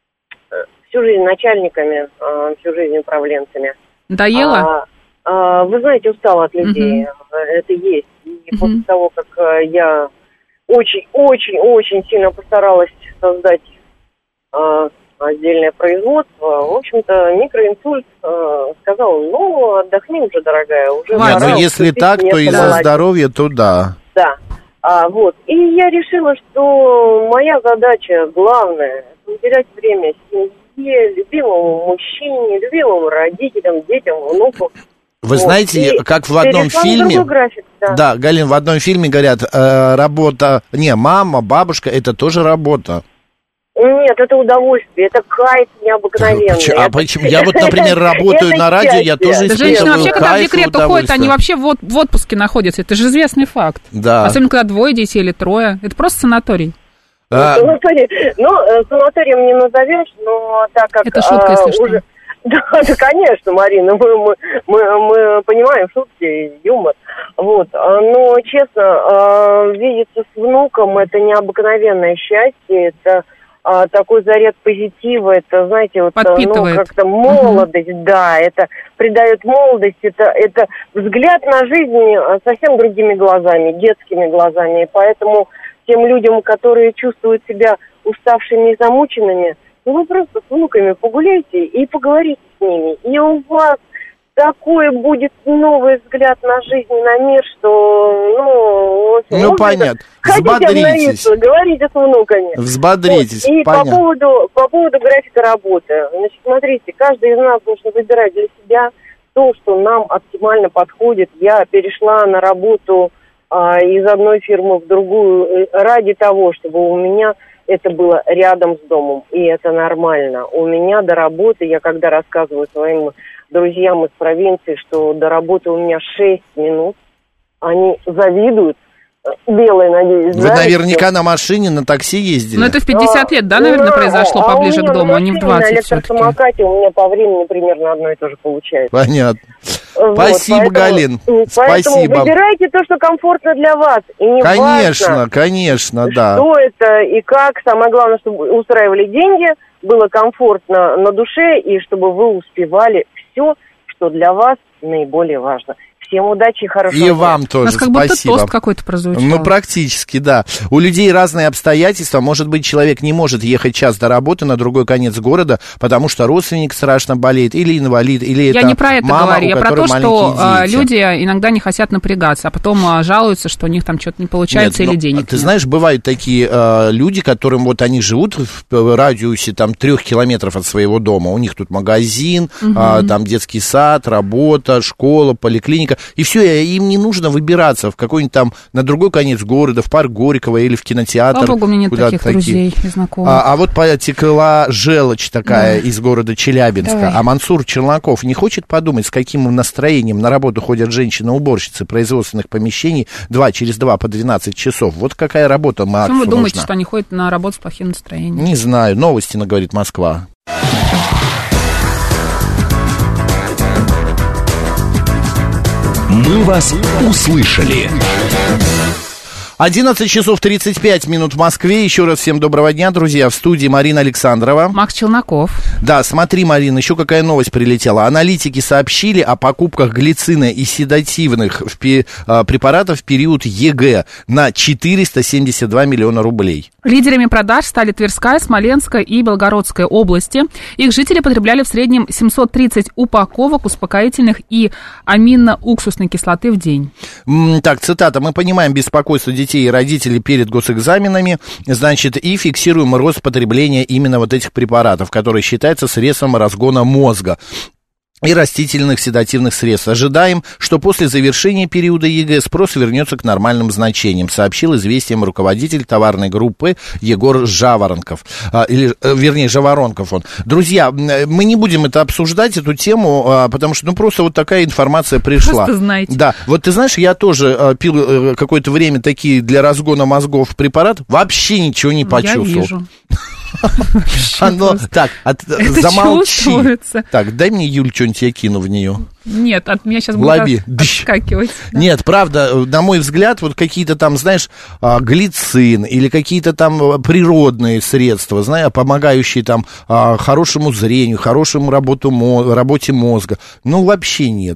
[SPEAKER 7] Всю жизнь начальниками, всю жизнь управленцами.
[SPEAKER 2] Надоело?
[SPEAKER 7] А, а, вы знаете, устала от людей. Uh-huh. Это есть. И uh-huh. после того, как я очень-очень-очень сильно постаралась создать а, отдельное производство, в общем-то, микроинсульт а, сказал, ну, отдохни уже, дорогая. Уже
[SPEAKER 4] Нет, ну если так, то из-за здоровья, то да.
[SPEAKER 7] Да. А, вот. И я решила, что моя задача главная – уделять время семье, любимому мужчине, любимым родителям, детям, внукам.
[SPEAKER 4] Вы
[SPEAKER 7] вот.
[SPEAKER 4] знаете,
[SPEAKER 7] и
[SPEAKER 4] как в одном фильме...
[SPEAKER 7] График, да.
[SPEAKER 4] да, Галин, в одном фильме говорят, э, работа... Не, мама, бабушка, это тоже работа.
[SPEAKER 7] Нет, это удовольствие, это кайф необыкновенный.
[SPEAKER 4] Почему?
[SPEAKER 7] Это...
[SPEAKER 4] А почему? Я вот, например, работаю на радио, я тоже испытываю
[SPEAKER 2] женщины вообще, когда в декрет уходят, они
[SPEAKER 4] удовольствие.
[SPEAKER 2] вообще в, в отпуске находятся. Это же известный факт.
[SPEAKER 4] Да.
[SPEAKER 2] Особенно, когда двое детей или трое. Это просто санаторий.
[SPEAKER 4] А...
[SPEAKER 7] Санаторий. Ну, санаторием не назовешь, но так как...
[SPEAKER 2] Это шутка, если что.
[SPEAKER 7] Уже... Да, да, конечно, Марина, мы, мы, мы, мы понимаем шутки, юмор. Вот. Но, честно, видеться с внуком – это необыкновенное счастье, это... А, такой заряд позитива, это, знаете, вот, ну, как-то молодость, uh-huh. да, это придает молодость, это, это взгляд на жизнь совсем другими глазами, детскими глазами, и поэтому тем людям, которые чувствуют себя уставшими и замученными, ну, вы просто с внуками погуляйте и поговорите с ними, и у вас такой будет новый взгляд на жизнь и на мир, что, ну...
[SPEAKER 4] Ну, понятно. Взбодритесь.
[SPEAKER 7] Говорите с внуками.
[SPEAKER 4] Взбодритесь,
[SPEAKER 7] вот. И
[SPEAKER 4] понятно.
[SPEAKER 7] по поводу, по поводу графика работы. Значит, смотрите, каждый из нас должен выбирать для себя то, что нам оптимально подходит. Я перешла на работу а, из одной фирмы в другую ради того, чтобы у меня это было рядом с домом. И это нормально. У меня до работы, я когда рассказываю своим друзьям из провинции, что до работы у меня шесть минут, они завидуют. Белые, надеюсь,
[SPEAKER 4] Вы
[SPEAKER 7] да,
[SPEAKER 4] наверняка на машине, на такси ездили.
[SPEAKER 2] Ну, это в пятьдесят лет, да, наверное,
[SPEAKER 7] а,
[SPEAKER 2] произошло
[SPEAKER 7] а
[SPEAKER 2] поближе к дому, а не в двадцать
[SPEAKER 7] на электросамокате у меня по времени примерно одно и то же получается.
[SPEAKER 4] Понятно.
[SPEAKER 7] Вот,
[SPEAKER 4] Спасибо,
[SPEAKER 7] поэтому,
[SPEAKER 4] Галин.
[SPEAKER 7] Поэтому
[SPEAKER 4] Спасибо.
[SPEAKER 7] Выбирайте то, что комфортно для вас. И не
[SPEAKER 4] Конечно,
[SPEAKER 7] важно,
[SPEAKER 4] конечно, да.
[SPEAKER 7] что это и как. Самое главное, чтобы устраивали деньги, было комфортно на душе, и чтобы вы успевали все, что для вас наиболее важно. Всем удачи и хорошего
[SPEAKER 4] И
[SPEAKER 7] дня.
[SPEAKER 4] вам тоже,
[SPEAKER 2] У нас как
[SPEAKER 4] спасибо.
[SPEAKER 2] будто тост какой-то прозвучал.
[SPEAKER 4] Ну, практически, да. У людей разные обстоятельства. Может быть, человек не может ехать час до работы на другой конец города, потому что родственник страшно болеет, или инвалид, или это
[SPEAKER 2] Я не про это
[SPEAKER 4] мама,
[SPEAKER 2] говорю, я про то, что
[SPEAKER 4] дети.
[SPEAKER 2] люди иногда не хотят напрягаться, а потом жалуются, что у них там что-то не получается. Нет, или ну, денег
[SPEAKER 4] Ты
[SPEAKER 2] нет.
[SPEAKER 4] знаешь, бывают такие э, люди, которым вот они живут в радиусе там трех километров от своего дома. У них тут магазин, угу. э, там детский сад, работа, школа, поликлиника. И все, им не нужно выбираться в какой-нибудь там на другой конец города, в парк Горького или в кинотеатр.
[SPEAKER 2] Слава богу, у меня нет таких такие. друзей и знакомых.
[SPEAKER 4] А, а вот потекла желчь такая да. из города Челябинска.
[SPEAKER 2] Давай.
[SPEAKER 4] А Мансур Челноков не хочет подумать, с каким настроением на работу ходят женщины-уборщицы производственных помещений два через два по двенадцать часов. Вот какая работа Максу
[SPEAKER 2] Почему вы думаете,
[SPEAKER 4] нужна?
[SPEAKER 2] что они ходят на работу с плохим настроением?
[SPEAKER 4] Не знаю. Новости, говорит Москва.
[SPEAKER 6] Мы вас услышали.
[SPEAKER 4] одиннадцать часов тридцать пять минут в Москве. Еще раз всем доброго дня, друзья. В студии Марина Александрова.
[SPEAKER 2] Макс Челноков.
[SPEAKER 4] Да, смотри, Марина, еще какая новость прилетела. Аналитики сообщили о покупках глицина и седативных препаратов в период ЕГЭ на четыреста семьдесят два миллиона рублей.
[SPEAKER 2] Лидерами продаж стали Тверская, Смоленская и Белгородская области. Их жители потребляли в среднем семьсот тридцать упаковок успокоительных и амино-уксусной кислоты в день.
[SPEAKER 4] Так, цитата. «Мы понимаем беспокойство детей и родителей перед госэкзаменами, значит, и фиксируем рост потребления именно вот этих препаратов, которые считаются средством разгона мозга». и растительных седативных средств. Ожидаем, что после завершения периода ЕГЭ спрос вернется к нормальным значениям, сообщил известиям руководитель товарной группы Егор Жаворонков. А, или, вернее, Жаворонков он. Друзья, мы не будем это обсуждать, эту тему, а, потому что, ну, просто вот такая информация пришла.
[SPEAKER 2] Просто знаете.
[SPEAKER 4] Да, вот ты знаешь, я тоже а, пил а, какое-то время такие для разгона мозгов препараты, вообще ничего не почувствовал.
[SPEAKER 2] Я вижу.
[SPEAKER 4] Оно, так, от, замолчи.
[SPEAKER 2] Чувствуется.
[SPEAKER 4] Так, дай мне, Юль, что-нибудь я кину в нее.
[SPEAKER 2] Нет, от меня сейчас
[SPEAKER 4] Лоби.
[SPEAKER 2] будет отскакивать. Да.
[SPEAKER 4] Нет, правда, на мой взгляд, вот какие-то там, знаешь, глицин или какие-то там природные средства, знаешь, помогающие там хорошему зрению, хорошему работу, работе мозга. Ну, вообще нет.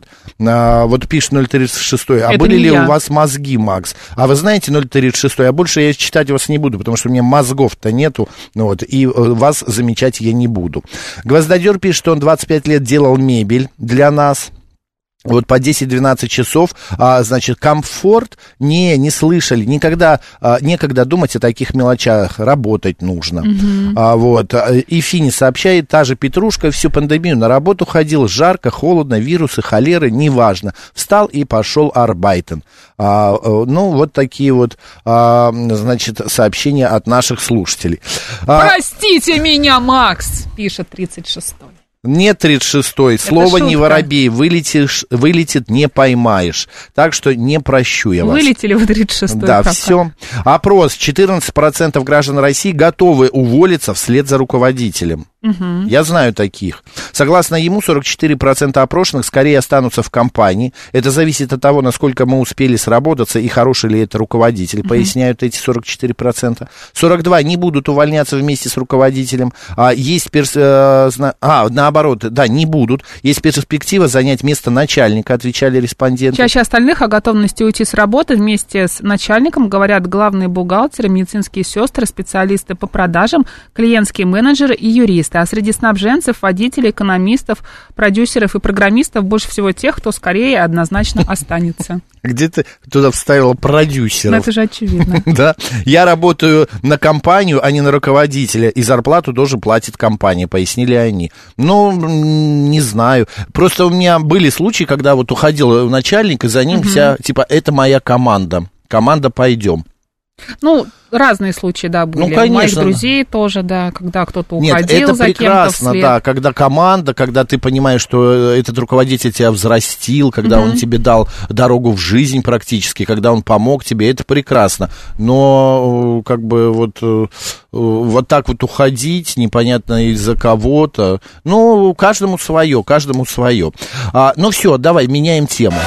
[SPEAKER 4] Вот пишет ноль тридцать шесть. А
[SPEAKER 2] Это
[SPEAKER 4] были ли
[SPEAKER 2] я.
[SPEAKER 4] у вас мозги, Макс? А вы знаете, ноль тридцать шесть, а больше я читать вас не буду, потому что у меня мозгов-то нету, вот, и вас замечать я не буду. Гвоздодер пишет, что он двадцать пять лет делал мебель для нас. Вот по десять-двенадцать часов, а, значит, комфорт, не, не слышали, никогда, а, некогда думать о таких мелочах, работать нужно. Mm-hmm. А, вот, и Фини сообщает, та же Петрушка всю пандемию на работу ходил, жарко, холодно, вирусы, холеры, неважно, встал и пошел арбайтен. А, ну, вот такие вот, а, значит, сообщения от наших слушателей.
[SPEAKER 2] Простите а, меня, Макс, пишет тридцать шестой.
[SPEAKER 4] Нет, тридцать шестой, слово не воробей, вылетишь, вылетит, не поймаешь. Так что не прощу я вас.
[SPEAKER 2] Вылетели вы тридцать шестой.
[SPEAKER 4] Да, как? Все. Опрос. четырнадцать процентов граждан России готовы уволиться вслед за руководителем. Угу. Я знаю таких. Согласно ему, сорок четыре процента опрошенных скорее останутся в компании. Это зависит от того, насколько мы успели сработаться и хороший ли это руководитель, угу. Поясняют эти сорок четыре процента. сорок два процента не будут увольняться вместе с руководителем. А, есть перс... а, наоборот, да, не будут. Есть перспектива занять место начальника, отвечали респонденты.
[SPEAKER 2] Чаще остальных о готовности уйти с работы вместе с начальником говорят главные бухгалтеры, медицинские сестры, специалисты по продажам, клиентские менеджеры и юристы. А среди снабженцев, водителей, экономистов, продюсеров и программистов больше всего тех, кто скорее однозначно останется.
[SPEAKER 4] Где ты туда вставила продюсеров?
[SPEAKER 2] Ну, это же очевидно.
[SPEAKER 4] Да. Я работаю на компанию, а не на руководителя, и зарплату тоже платит компания, пояснили они. Ну, не знаю. Просто у меня были случаи, когда вот уходил начальник, и за ним вся, типа, это моя команда. Команда, пойдем.
[SPEAKER 2] Ну, разные случаи, да, были.
[SPEAKER 4] Ну, конечно.
[SPEAKER 2] У моих друзей тоже, да, когда кто-то уходил.
[SPEAKER 4] Нет, это
[SPEAKER 2] за
[SPEAKER 4] прекрасно,
[SPEAKER 2] кем-то
[SPEAKER 4] да, когда команда, когда ты понимаешь, что этот руководитель тебя взрастил, когда mm-hmm. он тебе дал дорогу в жизнь практически, когда он помог тебе, это прекрасно. Но, как бы, вот, вот так вот уходить, непонятно из-за кого-то, ну, каждому свое, каждому свое. А, ну, все, давай, меняем тему.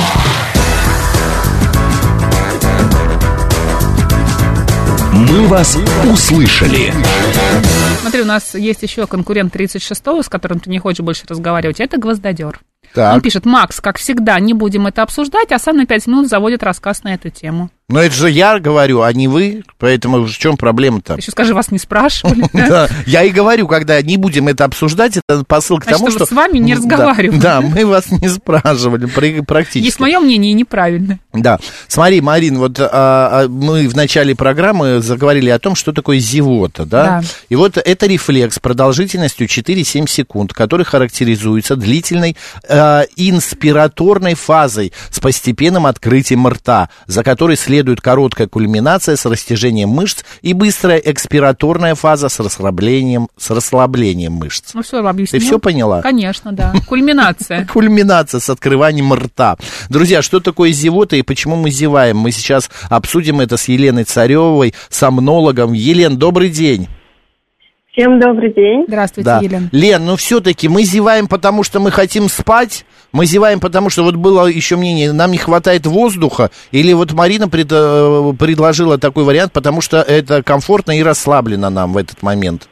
[SPEAKER 6] Мы вас услышали.
[SPEAKER 2] Смотри, у нас есть еще конкурент тридцать шестого, с которым ты не хочешь больше разговаривать. Это Гвоздодер.
[SPEAKER 4] Так.
[SPEAKER 2] Он пишет: Макс, как всегда, не будем это обсуждать, а сам на пять минут заводит рассказ на эту тему.
[SPEAKER 4] Но это же я говорю, а не вы, поэтому в чем проблема-то?
[SPEAKER 2] Ты еще скажи, вас не спрашивали.
[SPEAKER 4] Да, я и говорю, когда не будем это обсуждать, это посыл к тому, что...
[SPEAKER 2] с вами не разговариваем.
[SPEAKER 4] Да, мы вас не спрашивали практически.
[SPEAKER 2] Есть мое мнение, неправильно.
[SPEAKER 4] Да. Смотри, Марин, вот мы в начале программы заговорили о том, что такое зевота, да? И вот это рефлекс продолжительностью четыре-семь секунд, который характеризуется длительной инспираторной фазой с постепенным открытием рта, за которой следует Следует короткая кульминация с растяжением мышц и быстрая экспираторная фаза с расслаблением, с расслаблением мышц.
[SPEAKER 2] Ну, все объяснил.
[SPEAKER 4] Ты все поняла?
[SPEAKER 2] Конечно, да. Кульминация.
[SPEAKER 4] Кульминация с открыванием рта. Друзья, что такое зевота и почему мы зеваем? Мы сейчас обсудим это с Еленой Царевой, сомнологом. Елен, добрый день.
[SPEAKER 8] Всем добрый день.
[SPEAKER 2] Здравствуйте,
[SPEAKER 4] да.
[SPEAKER 2] Елена.
[SPEAKER 4] Лен, ну все-таки мы зеваем, потому что мы хотим спать? Мы зеваем, потому что вот было еще мнение, нам не хватает воздуха? Или вот Марина пред, предложила такой вариант, потому что это комфортно и расслаблено нам в этот момент?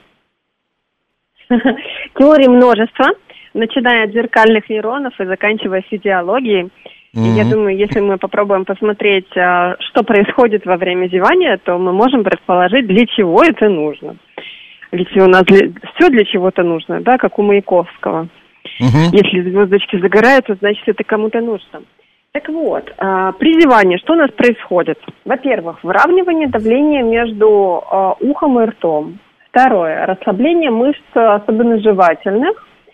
[SPEAKER 8] Теорий множество, начиная от зеркальных нейронов и заканчивая физиологией. Mm-hmm. И я думаю, если мы попробуем посмотреть, что происходит во время зевания, то мы можем предположить, для чего это нужно. Ведь у нас для... все для чего-то нужно, да, как у Маяковского. Uh-huh. Если звездочки загорают, то значит это кому-то нужно. Так вот, а, при зевании что у нас происходит? Во-первых, выравнивание давления между а, ухом и ртом. Второе, расслабление мышц, особенно жевательных. И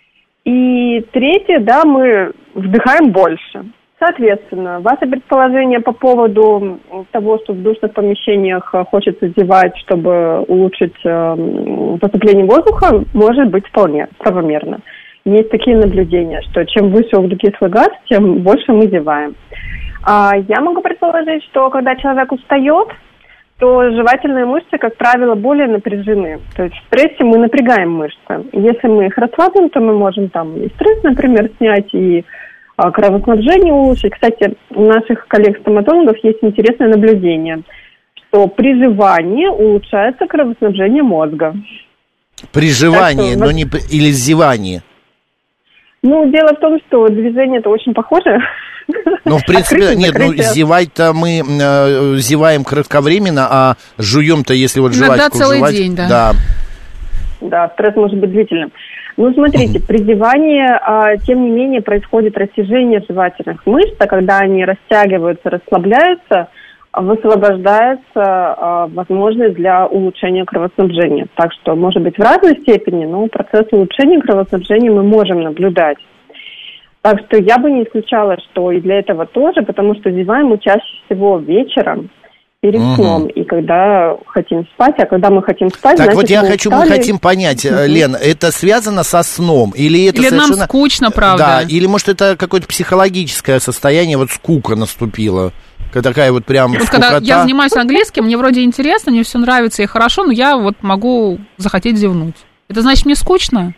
[SPEAKER 8] И третье, да, мы вдыхаем больше. Соответственно, ваше предположение по поводу того, что в душных помещениях хочется зевать, чтобы улучшить э, поступление воздуха, может быть вполне правомерно. Есть такие наблюдения, что чем выше углекислый газ, тем больше мы зеваем. А я могу предположить, что когда человек устает, то жевательные мышцы, как правило, более напряжены. То есть в стрессе мы напрягаем мышцы. Если мы их расслабим, то мы можем там и стресс, например, снять, и а, кровоснабжение улучшить. Кстати, у наших коллег-стоматологов есть интересное наблюдение, что при жевании улучшается кровоснабжение мозга.
[SPEAKER 4] При жевании,
[SPEAKER 8] что,
[SPEAKER 4] но не при- или зевании?
[SPEAKER 8] Ну, дело в том, что движение-то очень похоже.
[SPEAKER 4] Ну, в принципе, нет, ну, зевать-то мы э, зеваем кратковременно, а жуем-то, если вот жевать...
[SPEAKER 2] Иногда целый
[SPEAKER 4] жевать,
[SPEAKER 2] день, да.
[SPEAKER 4] Да,
[SPEAKER 8] Да, стресс может быть длительным. Ну, смотрите, при зевании, а, тем не менее, происходит растяжение жевательных мышц, а когда они растягиваются, расслабляются, высвобождается а, возможность для улучшения кровоснабжения. Так что, может быть, в разной степени, но процесс улучшения кровоснабжения мы можем наблюдать. Так что я бы не исключала, что и для этого тоже, потому что зеваем мы чаще всего вечером, перед угу. сном, и когда хотим спать, а когда мы хотим спать,
[SPEAKER 4] так
[SPEAKER 8] значит,
[SPEAKER 4] вот я
[SPEAKER 8] мы
[SPEAKER 4] хочу,
[SPEAKER 8] устали.
[SPEAKER 4] мы хотим понять, угу. Лен, это связано со сном? Или это
[SPEAKER 2] или
[SPEAKER 4] совершенно...
[SPEAKER 2] нам скучно, правда?
[SPEAKER 4] Да, или, может, это какое-то психологическое состояние, вот скука наступила? Такая вот прям
[SPEAKER 2] вот
[SPEAKER 4] скукота.
[SPEAKER 2] когда я занимаюсь английским, мне вроде интересно, мне все нравится и хорошо, но я вот могу захотеть зевнуть. Это значит, мне скучно?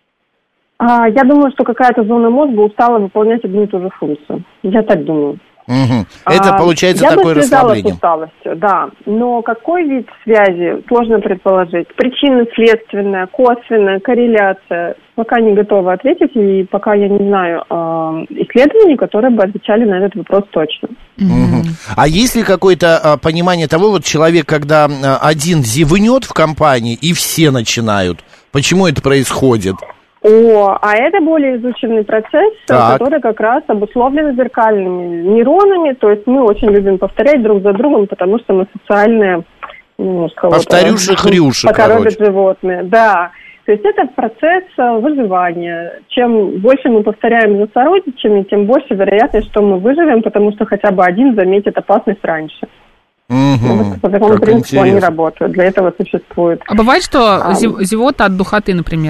[SPEAKER 8] А, я думаю, что какая-то зона мозга устала выполнять одну и ту же функцию. Я так думаю.
[SPEAKER 4] Угу. Это
[SPEAKER 8] а,
[SPEAKER 4] получается
[SPEAKER 8] я
[SPEAKER 4] такое
[SPEAKER 8] бы связала
[SPEAKER 4] расслабление.
[SPEAKER 8] с усталостью, да. Но какой вид связи, сложно предположить. Причинно-следственная, косвенная, корреляция. Пока не готова ответить, и пока я не знаю э, исследований, которые бы отвечали на этот вопрос точно.
[SPEAKER 4] Угу. А есть ли какое-то а, понимание того, вот человек, когда а, один зевнет в компании, и все начинают, почему это происходит?
[SPEAKER 8] О, а это более изученный процесс, так. который как раз обусловлен зеркальными нейронами. То есть мы очень любим повторять друг за другом, потому что мы социальные... Ну,
[SPEAKER 4] повторюши-хрюши,
[SPEAKER 8] покоробят животные, да. То есть это процесс выживания. Чем больше мы повторяем за сородичами, тем больше вероятность, что мы выживем, потому что хотя бы один заметит опасность раньше.
[SPEAKER 4] Угу,
[SPEAKER 8] вот по такому принципу они работают. Для этого существует.
[SPEAKER 2] А бывает, что
[SPEAKER 8] а,
[SPEAKER 2] зевота от духоты, например?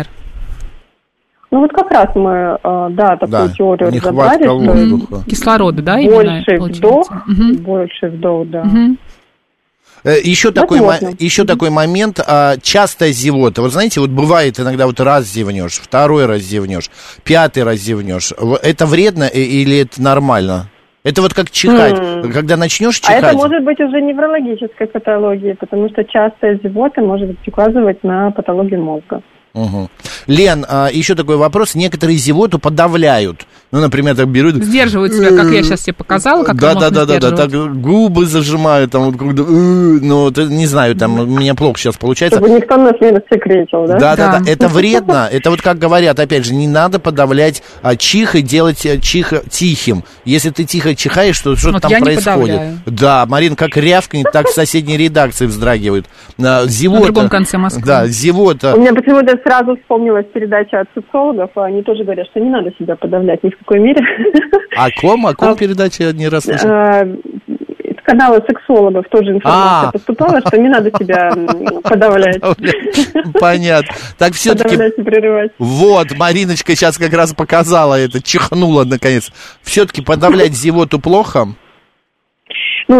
[SPEAKER 8] Ну вот как раз мы, да, такую
[SPEAKER 4] да,
[SPEAKER 8] теорию разобрали.
[SPEAKER 2] Что кислорода, да,
[SPEAKER 8] больше
[SPEAKER 2] именно,
[SPEAKER 8] вдох,
[SPEAKER 2] угу.
[SPEAKER 8] больше вдох, да.
[SPEAKER 2] Угу.
[SPEAKER 4] Еще такой, еще такой момент, частая зевота. Вот знаете, вот бывает иногда вот раз зевнешь, второй раз зевнешь, пятый раз зевнешь. Это вредно или это нормально? Это вот как чихать. Mm. Когда начнешь чихать...
[SPEAKER 8] А это может быть уже неврологической патологией, потому что частая зевота может указывать на патологию мозга.
[SPEAKER 4] Угу. Лен, а, еще такой вопрос. Некоторые зевоту подавляют. Ну, например, так берут...
[SPEAKER 2] Сдерживают себя, как я сейчас тебе показала, как
[SPEAKER 4] да, да, да, да, да, так губы зажимают, там вот когда... Ну, не знаю, там у меня плохо сейчас получается.
[SPEAKER 8] Чтобы никто нас не рассекретил, да?
[SPEAKER 4] Да, да, да, это вредно. Это вот как говорят, опять же, не надо подавлять а, чих и делать чих тихим. Если ты тихо чихаешь, то что-то
[SPEAKER 2] вот
[SPEAKER 4] там происходит. Да, Марин как рявкнет, так в соседней редакции вздрагивает. Зевота.
[SPEAKER 2] На другом конце Москвы.
[SPEAKER 4] Да, зевота.
[SPEAKER 8] У меня почему-то сразу вспомнилась передача от социологов, а они тоже говорят, что не надо себя подавлять ни в какой мере.
[SPEAKER 4] О ком? О ком передаче я не раз слышал?
[SPEAKER 8] Из канала сексологов тоже информация поступала, что не надо себя подавлять.
[SPEAKER 4] Понятно. Так все-таки...
[SPEAKER 8] Подавлять и прерывать.
[SPEAKER 4] Вот, Мариночка сейчас как раз показала это, чихнула наконец. Все-таки подавлять зевоту плохо?
[SPEAKER 8] Ну,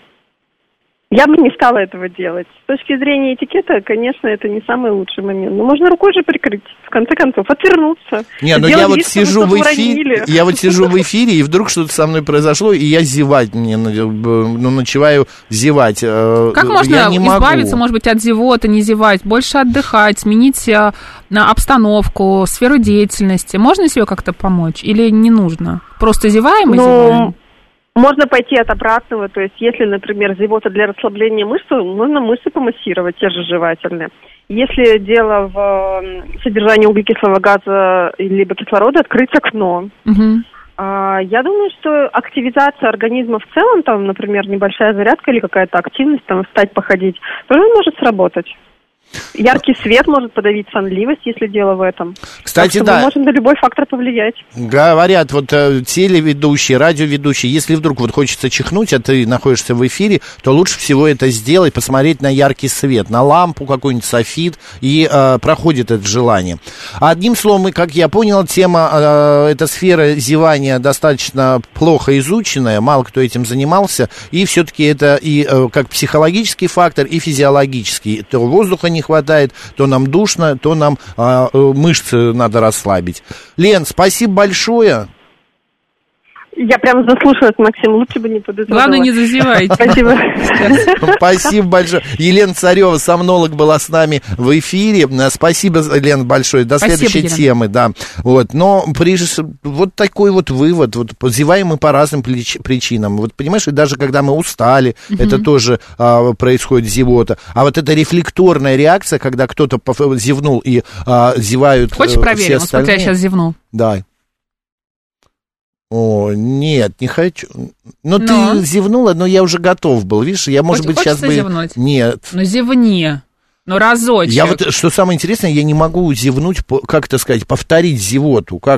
[SPEAKER 8] я бы не стала этого делать. С точки зрения этикета, конечно, это не самый лучший момент. Но можно рукой же прикрыть, в конце концов, отвернуться.
[SPEAKER 4] Не, ну я вот сижу в эфире, я вот сижу в эфире, и вдруг что-то со мной произошло, и я зевать, мне, ну, начинаю зевать.
[SPEAKER 2] Как можно избавиться, может быть, от зевоты, не зевать, больше отдыхать, сменить на обстановку, сферу деятельности? Можно себе как-то помочь или не нужно? Просто зеваем и зеваем?
[SPEAKER 8] Можно пойти от обратного, то есть если, например, зевота для расслабления мышц, можно мышцы помассировать, те же жевательные. Если дело в содержании углекислого газа либо кислорода, открыть окно.
[SPEAKER 2] Угу.
[SPEAKER 8] А, я думаю, что активизация организма в целом, там, например, небольшая зарядка или какая-то активность, там, встать, походить, тоже может сработать. Яркий свет может подавить сонливость, если дело в этом.
[SPEAKER 4] Кстати,
[SPEAKER 8] так что
[SPEAKER 4] да.
[SPEAKER 8] мы можем на любой фактор повлиять.
[SPEAKER 4] Говорят, вот э, телеведущие, радиоведущие, если вдруг вот хочется чихнуть, а ты находишься в эфире, то лучше всего это сделать, посмотреть на яркий свет, на лампу, какой-нибудь софит, и э, проходит это желание. Одним словом, как я понял, тема, э, эта сфера зевания достаточно плохо изученная, мало кто этим занимался, и все-таки это и э, как психологический фактор, и физиологический. То воздуха не хватает, то нам душно, то нам э, мышцы надо расслабить. Лен, спасибо большое.
[SPEAKER 8] Я прям заслушалась, Максим, лучше бы не подозревала.
[SPEAKER 2] Главное, не зазевайте.
[SPEAKER 8] Спасибо.
[SPEAKER 4] Спасибо большое. Елена Царева, сомнолог, была с нами в эфире. Спасибо, Лена, большое. До
[SPEAKER 2] Спасибо,
[SPEAKER 4] следующей
[SPEAKER 2] Елена.
[SPEAKER 4] темы, да. Вот. Но прежде вот такой вот вывод. Вот зеваем мы по разным прич- причинам. Вот понимаешь, и даже когда мы устали, угу. это тоже а, происходит зевота. А вот эта рефлекторная реакция, когда кто-то зевнул и а, зевают.
[SPEAKER 2] Хочешь проверим? Вот смотри, я сейчас зевну.
[SPEAKER 4] Да. О, нет, не хочу. Ну,
[SPEAKER 2] но.
[SPEAKER 4] Ты зевнула, но я уже готов был. Видишь, я, может
[SPEAKER 2] Хоть,
[SPEAKER 4] быть, сейчас бы...
[SPEAKER 2] зевнуть?
[SPEAKER 4] Нет.
[SPEAKER 2] Ну, зевни. Ну, разочек.
[SPEAKER 4] Я вот, что самое интересное, я не могу зевнуть, как это сказать, повторить зевоту. Как...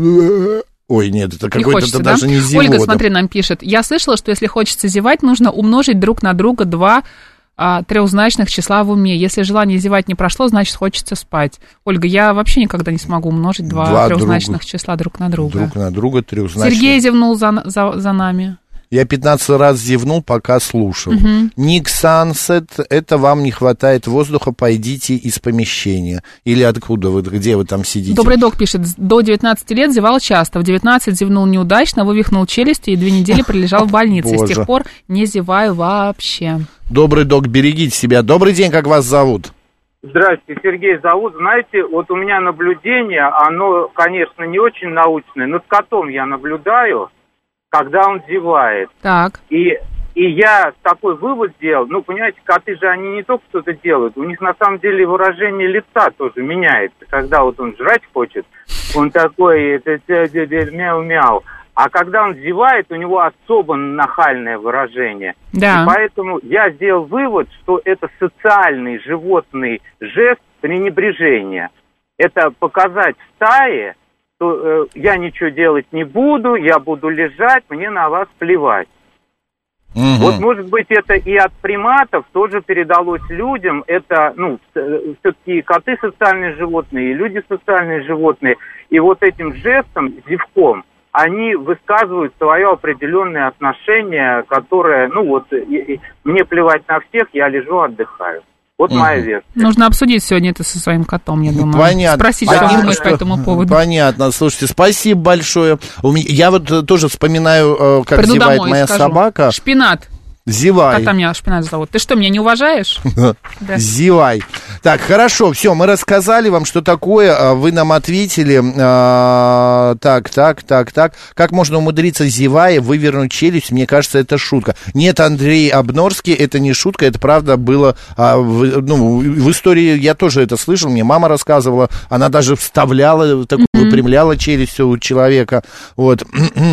[SPEAKER 4] Ой, нет, это какой-то
[SPEAKER 2] хочется,
[SPEAKER 4] это
[SPEAKER 2] да?
[SPEAKER 4] даже не зевота.
[SPEAKER 2] Ольга, смотри, нам пишет. Я слышала, что если хочется зевать, нужно умножить друг на друга два а, трехзначных числа в уме. Если желание зевать не прошло, значит, хочется спать. Ольга, я вообще никогда не смогу умножить два, два трехзначных друга. числа друг на друга.
[SPEAKER 4] Друг на друга трехзначных.
[SPEAKER 2] Сергей зевнул за, за, за нами.
[SPEAKER 4] Я пятнадцать раз зевнул, пока слушал.
[SPEAKER 2] Угу.
[SPEAKER 4] Ник Сансет, это вам не хватает воздуха, пойдите из помещения. Или откуда вы, где вы там сидите?
[SPEAKER 2] Добрый док пишет, до девятнадцати лет зевал часто. В девятнадцать зевнул неудачно, вывихнул челюсти и две недели пролежал в больнице. С тех пор не зеваю вообще.
[SPEAKER 4] Добрый док, берегите себя. Добрый день, как вас зовут?
[SPEAKER 9] Здравствуйте, Сергей зовут. Знаете, вот у меня наблюдение, оно, конечно, не очень научное, но с котом я наблюдаю, когда он зевает.
[SPEAKER 2] Так.
[SPEAKER 9] И, и я такой вывод сделал, ну, понимаете, коты же, они не только что-то делают, у них на самом деле выражение лица тоже меняется. Когда вот он жрать хочет, он такой, мяу-мяу. А когда он зевает, у него особо нахальное выражение.
[SPEAKER 2] Да.
[SPEAKER 9] И поэтому я сделал вывод, что это социальный животный жест пренебрежения. Это показать стае, что э, я ничего делать не буду, я буду лежать, мне на вас плевать. Угу. Вот, может быть, это и от приматов тоже передалось людям. Это, ну, все-таки коты социальные животные, и люди социальные животные. И вот этим жестом, зевком, они высказывают свое определенное отношение, которое, ну, вот, и, и, мне плевать на всех, я лежу, отдыхаю. Вот угу. моя версия.
[SPEAKER 2] Нужно обсудить сегодня это со своим котом, я думаю.
[SPEAKER 4] Понятно.
[SPEAKER 2] Спросить, что он думает по этому поводу.
[SPEAKER 4] Понятно. Слушайте, спасибо большое. У меня, я вот тоже вспоминаю, как
[SPEAKER 2] Приду
[SPEAKER 4] зевает
[SPEAKER 2] домой,
[SPEAKER 4] моя
[SPEAKER 2] скажу.
[SPEAKER 4] собака.
[SPEAKER 2] Шпинат.
[SPEAKER 4] Зевай.
[SPEAKER 2] Как там меня шпинат зовут? Ты что, меня не уважаешь?
[SPEAKER 4] Да. Зевай. Так, хорошо, все, мы рассказали вам, что такое, вы нам ответили. А, так, так, так, так. Как можно умудриться, зевая, вывернуть челюсть? Мне кажется, это шутка. Нет, Андрей Обнорский, это не шутка, это правда было, а, в, ну, в истории я тоже это слышал, мне мама рассказывала, она даже вставляла, такую, mm-hmm. выпрямляла челюсть у человека, вот.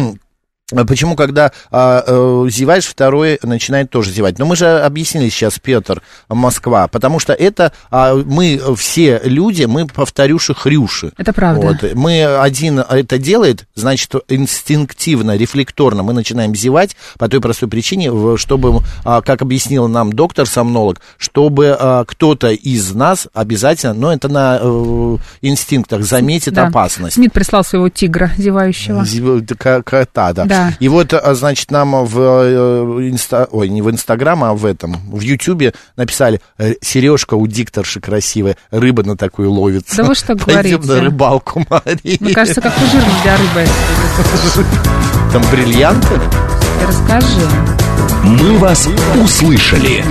[SPEAKER 4] Почему, когда а, а, зеваешь, второй начинает тоже зевать? Но мы же объяснили сейчас, Петр, Москва, потому что это а, мы все люди, мы повторюши-хрюши.
[SPEAKER 2] Это правда.
[SPEAKER 4] Вот. Мы один это делает, значит, инстинктивно, рефлекторно мы начинаем зевать по той простой причине, чтобы, а, как объяснил нам доктор-сомнолог, чтобы а, кто-то из нас обязательно, но это на а, инстинктах, заметит
[SPEAKER 2] да.
[SPEAKER 4] опасность.
[SPEAKER 2] Смит прислал своего тигра зевающего.
[SPEAKER 4] Зев... Кота, да.
[SPEAKER 2] да.
[SPEAKER 4] И вот, значит, нам в инста... ой, не в Инстаграм, а в этом, в Ютьюбе написали: Сережка у дикторши красивая, рыба на такую ловится.
[SPEAKER 2] Да вы что говорите?
[SPEAKER 4] Пойдем на рыбалку, Мария.
[SPEAKER 2] Мне кажется, как-то жирно для рыбы.
[SPEAKER 4] Там бриллианты?
[SPEAKER 2] Расскажи.
[SPEAKER 6] Мы вас услышали.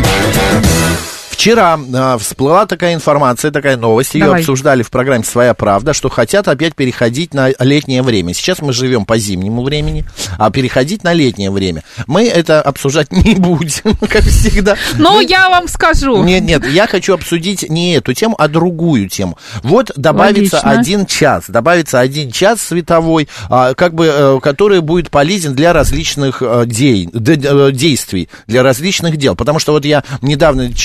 [SPEAKER 4] Вчера э, всплыла такая информация, такая новость, ее
[SPEAKER 2] Давай.
[SPEAKER 4] обсуждали в программе «Своя правда», что хотят опять переходить на летнее время. Сейчас мы живем по зимнему времени, а переходить на летнее время. Мы это обсуждать не будем, как всегда.
[SPEAKER 2] Ну,
[SPEAKER 4] мы...
[SPEAKER 2] я вам скажу.
[SPEAKER 4] Нет, нет, я хочу обсудить не эту тему, а другую тему. Вот добавится
[SPEAKER 2] Логично.
[SPEAKER 4] один час, добавится один час световой, а, как бы, а, который будет полезен для различных а, дей, де, де, действий, для различных дел. Потому что вот я недавно читаю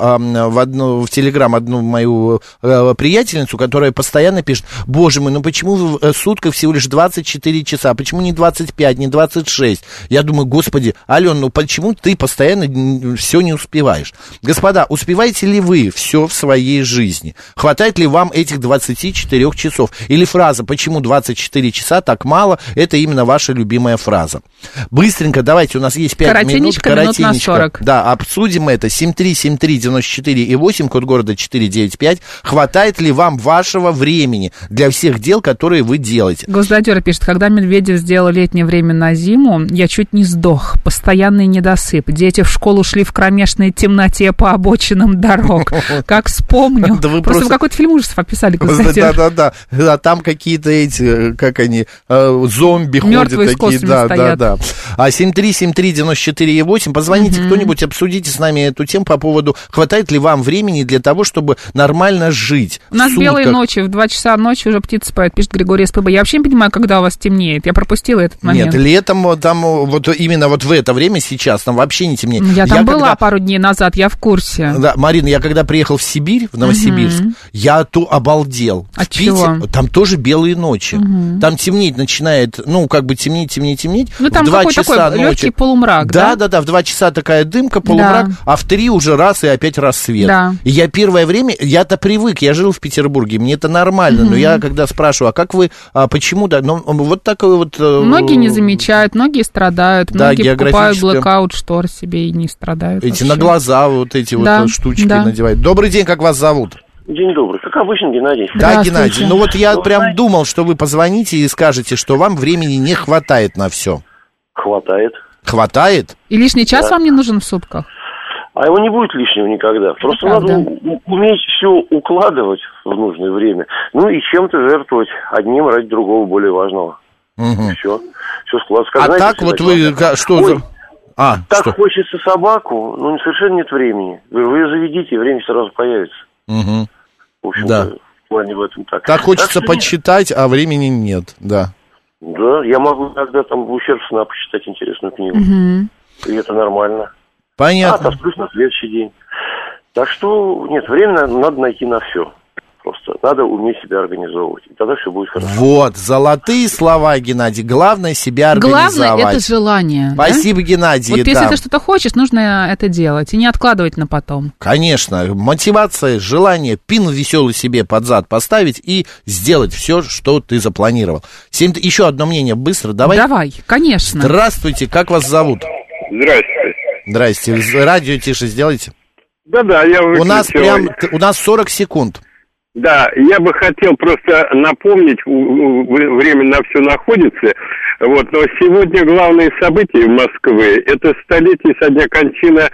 [SPEAKER 4] э, в, одну, в Телеграм одну мою э, приятельницу, которая постоянно пишет: боже мой, ну почему в сутках всего лишь двадцать четыре часа, почему не двадцать пять, не двадцать шесть? Я думаю, господи, Ален, ну почему ты постоянно все не успеваешь? Господа, успеваете ли вы все в своей жизни? Хватает ли вам этих двадцати четырёх часов? Или фраза «почему двадцать четыре часа так мало» — это именно ваша любимая фраза? Быстренько, давайте, у нас есть пять минут.
[SPEAKER 2] Коротенечко, минут на сорок.
[SPEAKER 4] Да, обсудим это. семь три семь три девяносто четыре и восемь, код города четыреста девяносто пять. Хватает ли вам вашего времени для всех дел, которые вы делаете?
[SPEAKER 2] Госдадер пишет: когда Медведев сделал летнее время на зиму, я чуть не сдох. Постоянный недосып. Дети в школу шли в кромешной темноте по обочинам дорог. Как вспомню. Просто какой-то фильм ужасов описали, Госдадер.
[SPEAKER 4] Да-да-да. Там какие-то эти, как они, зомби ходят такие. Да-да-да. А семь три семь три девяносто четыре и восемь. Позвоните кто-нибудь, обсудите с нами эту тему по поводу, хватает ли вам времени для того, чтобы нормально жить.
[SPEAKER 2] У нас белые ночи, в два часа ночи уже птицы поют, пишет Григорий СПБ. Я вообще не понимаю, когда у вас темнеет. Я пропустила этот момент.
[SPEAKER 4] Нет, летом там вот именно вот в это время сейчас там вообще не темнеет.
[SPEAKER 2] Я там я была когда... пару дней назад, я в курсе.
[SPEAKER 4] Да, Марина, я когда приехал в Сибирь, в Новосибирск, угу. я то обалдел.
[SPEAKER 2] От
[SPEAKER 4] в Питере
[SPEAKER 2] чего?
[SPEAKER 4] Там тоже белые ночи. Угу. Там темнеть начинает, ну, как бы темнеть, темнеть, темнеть.
[SPEAKER 2] Ну, там какой-то такой легкий полумрак, да?
[SPEAKER 4] Да, да, да, в два часа такая дымка, полумрак, да. А в три уже раз и опять рассвет.
[SPEAKER 2] Да.
[SPEAKER 4] И я первое время, я-то привык, я жил в Петербурге, мне это нормально, угу. но я когда спрашиваю, а как вы, а почему, да, ну, вот такой вот...
[SPEAKER 2] Многие не замечают, многие страдают,
[SPEAKER 4] да,
[SPEAKER 2] многие покупают блэкаут штор себе и не страдают.
[SPEAKER 4] Эти
[SPEAKER 2] вообще.
[SPEAKER 4] На глаза вот эти да, вот штучки да. надевают. Добрый день, как вас зовут?
[SPEAKER 10] День добрый. Как обычно, Геннадий.
[SPEAKER 4] Да, Геннадий. Ну вот я прям знаете... думал, что вы позвоните и скажете, что вам времени не хватает на все.
[SPEAKER 10] Хватает.
[SPEAKER 4] Хватает?
[SPEAKER 2] И лишний час да. вам не нужен в сутках?
[SPEAKER 10] А его не будет лишнего никогда. Просто
[SPEAKER 2] Правда.
[SPEAKER 10] Надо уметь все укладывать в нужное время. Ну и чем-то жертвовать одним ради другого более важного.
[SPEAKER 4] Угу.
[SPEAKER 10] Все. Все складывается.
[SPEAKER 4] А
[SPEAKER 10] знаете,
[SPEAKER 4] так вот вы... Как, что
[SPEAKER 10] Ой,
[SPEAKER 4] за... А,
[SPEAKER 10] так
[SPEAKER 4] что?
[SPEAKER 10] Хочется собаку, но совершенно нет времени. Вы, вы ее заведите, время сразу появится.
[SPEAKER 4] Угу.
[SPEAKER 10] В общем-то,
[SPEAKER 4] да.
[SPEAKER 10] в плане в этом так.
[SPEAKER 4] Так хочется так, почитать, а времени нет, да.
[SPEAKER 10] Да, я могу иногда там в ущерб сна почитать интересную книгу.
[SPEAKER 2] Угу.
[SPEAKER 10] И это нормально.
[SPEAKER 4] Понятно.
[SPEAKER 10] А, отосплюсь на следующий день. Так что, нет, время надо найти на все. Просто надо уметь себя организовывать. И тогда все будет хорошо.
[SPEAKER 4] Вот, золотые слова, Геннадий. Главное себя организовать.
[SPEAKER 2] Главное это желание.
[SPEAKER 4] Спасибо, да? Геннадий.
[SPEAKER 2] Вот
[SPEAKER 4] да.
[SPEAKER 2] если ты что-то хочешь, нужно это делать. И не откладывать на потом.
[SPEAKER 4] Конечно. Мотивация, желание, пин веселый себе под зад поставить и сделать все, что ты запланировал. Семь... Еще одно мнение быстро. Давай.
[SPEAKER 2] Давай, конечно.
[SPEAKER 4] Здравствуйте, как вас зовут?
[SPEAKER 11] Здрасте.
[SPEAKER 4] Здрасте. Радио тише сделайте.
[SPEAKER 11] Да-да, я выключил.
[SPEAKER 4] У нас прям, у нас сорок секунд.
[SPEAKER 11] Да, я бы хотел просто напомнить, время на все находится, вот, но сегодня главные события Москвы — это столетие со дня кончины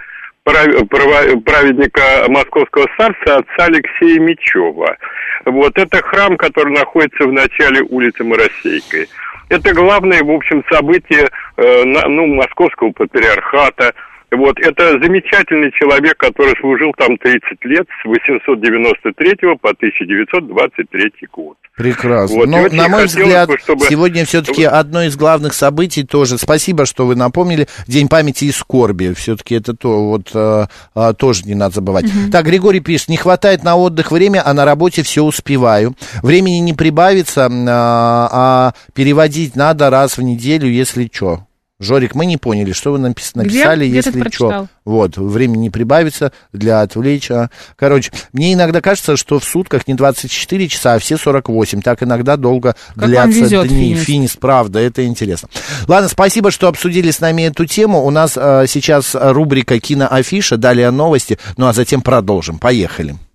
[SPEAKER 11] праведника Московского царства отца Алексея Мечева. Вот, это храм, который находится в начале улицы Моросейкой. Это главное, в общем, событие э, ну, Московского патриархата. Вот, это замечательный человек, который служил там тридцать лет, с восемьсот девяносто третьего по тысяча девятьсот двадцать третий год.
[SPEAKER 4] Прекрасно.
[SPEAKER 11] Вот,
[SPEAKER 4] Но, на мой взгляд,
[SPEAKER 11] бы, чтобы...
[SPEAKER 4] сегодня все-таки одно из главных событий тоже, спасибо, что вы напомнили, День памяти и скорби. Все-таки это то, вот, а, а, тоже не надо забывать. Угу. Так, Григорий пишет, не хватает на отдых время, а на работе все успеваю. Времени не прибавится, а, а переводить надо раз в неделю, если что. Жорик, мы не поняли, что вы напис- написали,
[SPEAKER 2] Где?
[SPEAKER 4] если что. Вот, времени не прибавится для отвлечь. Короче, мне иногда кажется, что в сутках не двадцать четыре часа, а все сорок восемь. Так иногда долго как длятся везет, дни. Финист. Финист, правда, это интересно. Ладно, спасибо, что обсудили с нами эту тему. У нас э, сейчас рубрика «Киноафиша», далее новости, ну а затем продолжим. Поехали.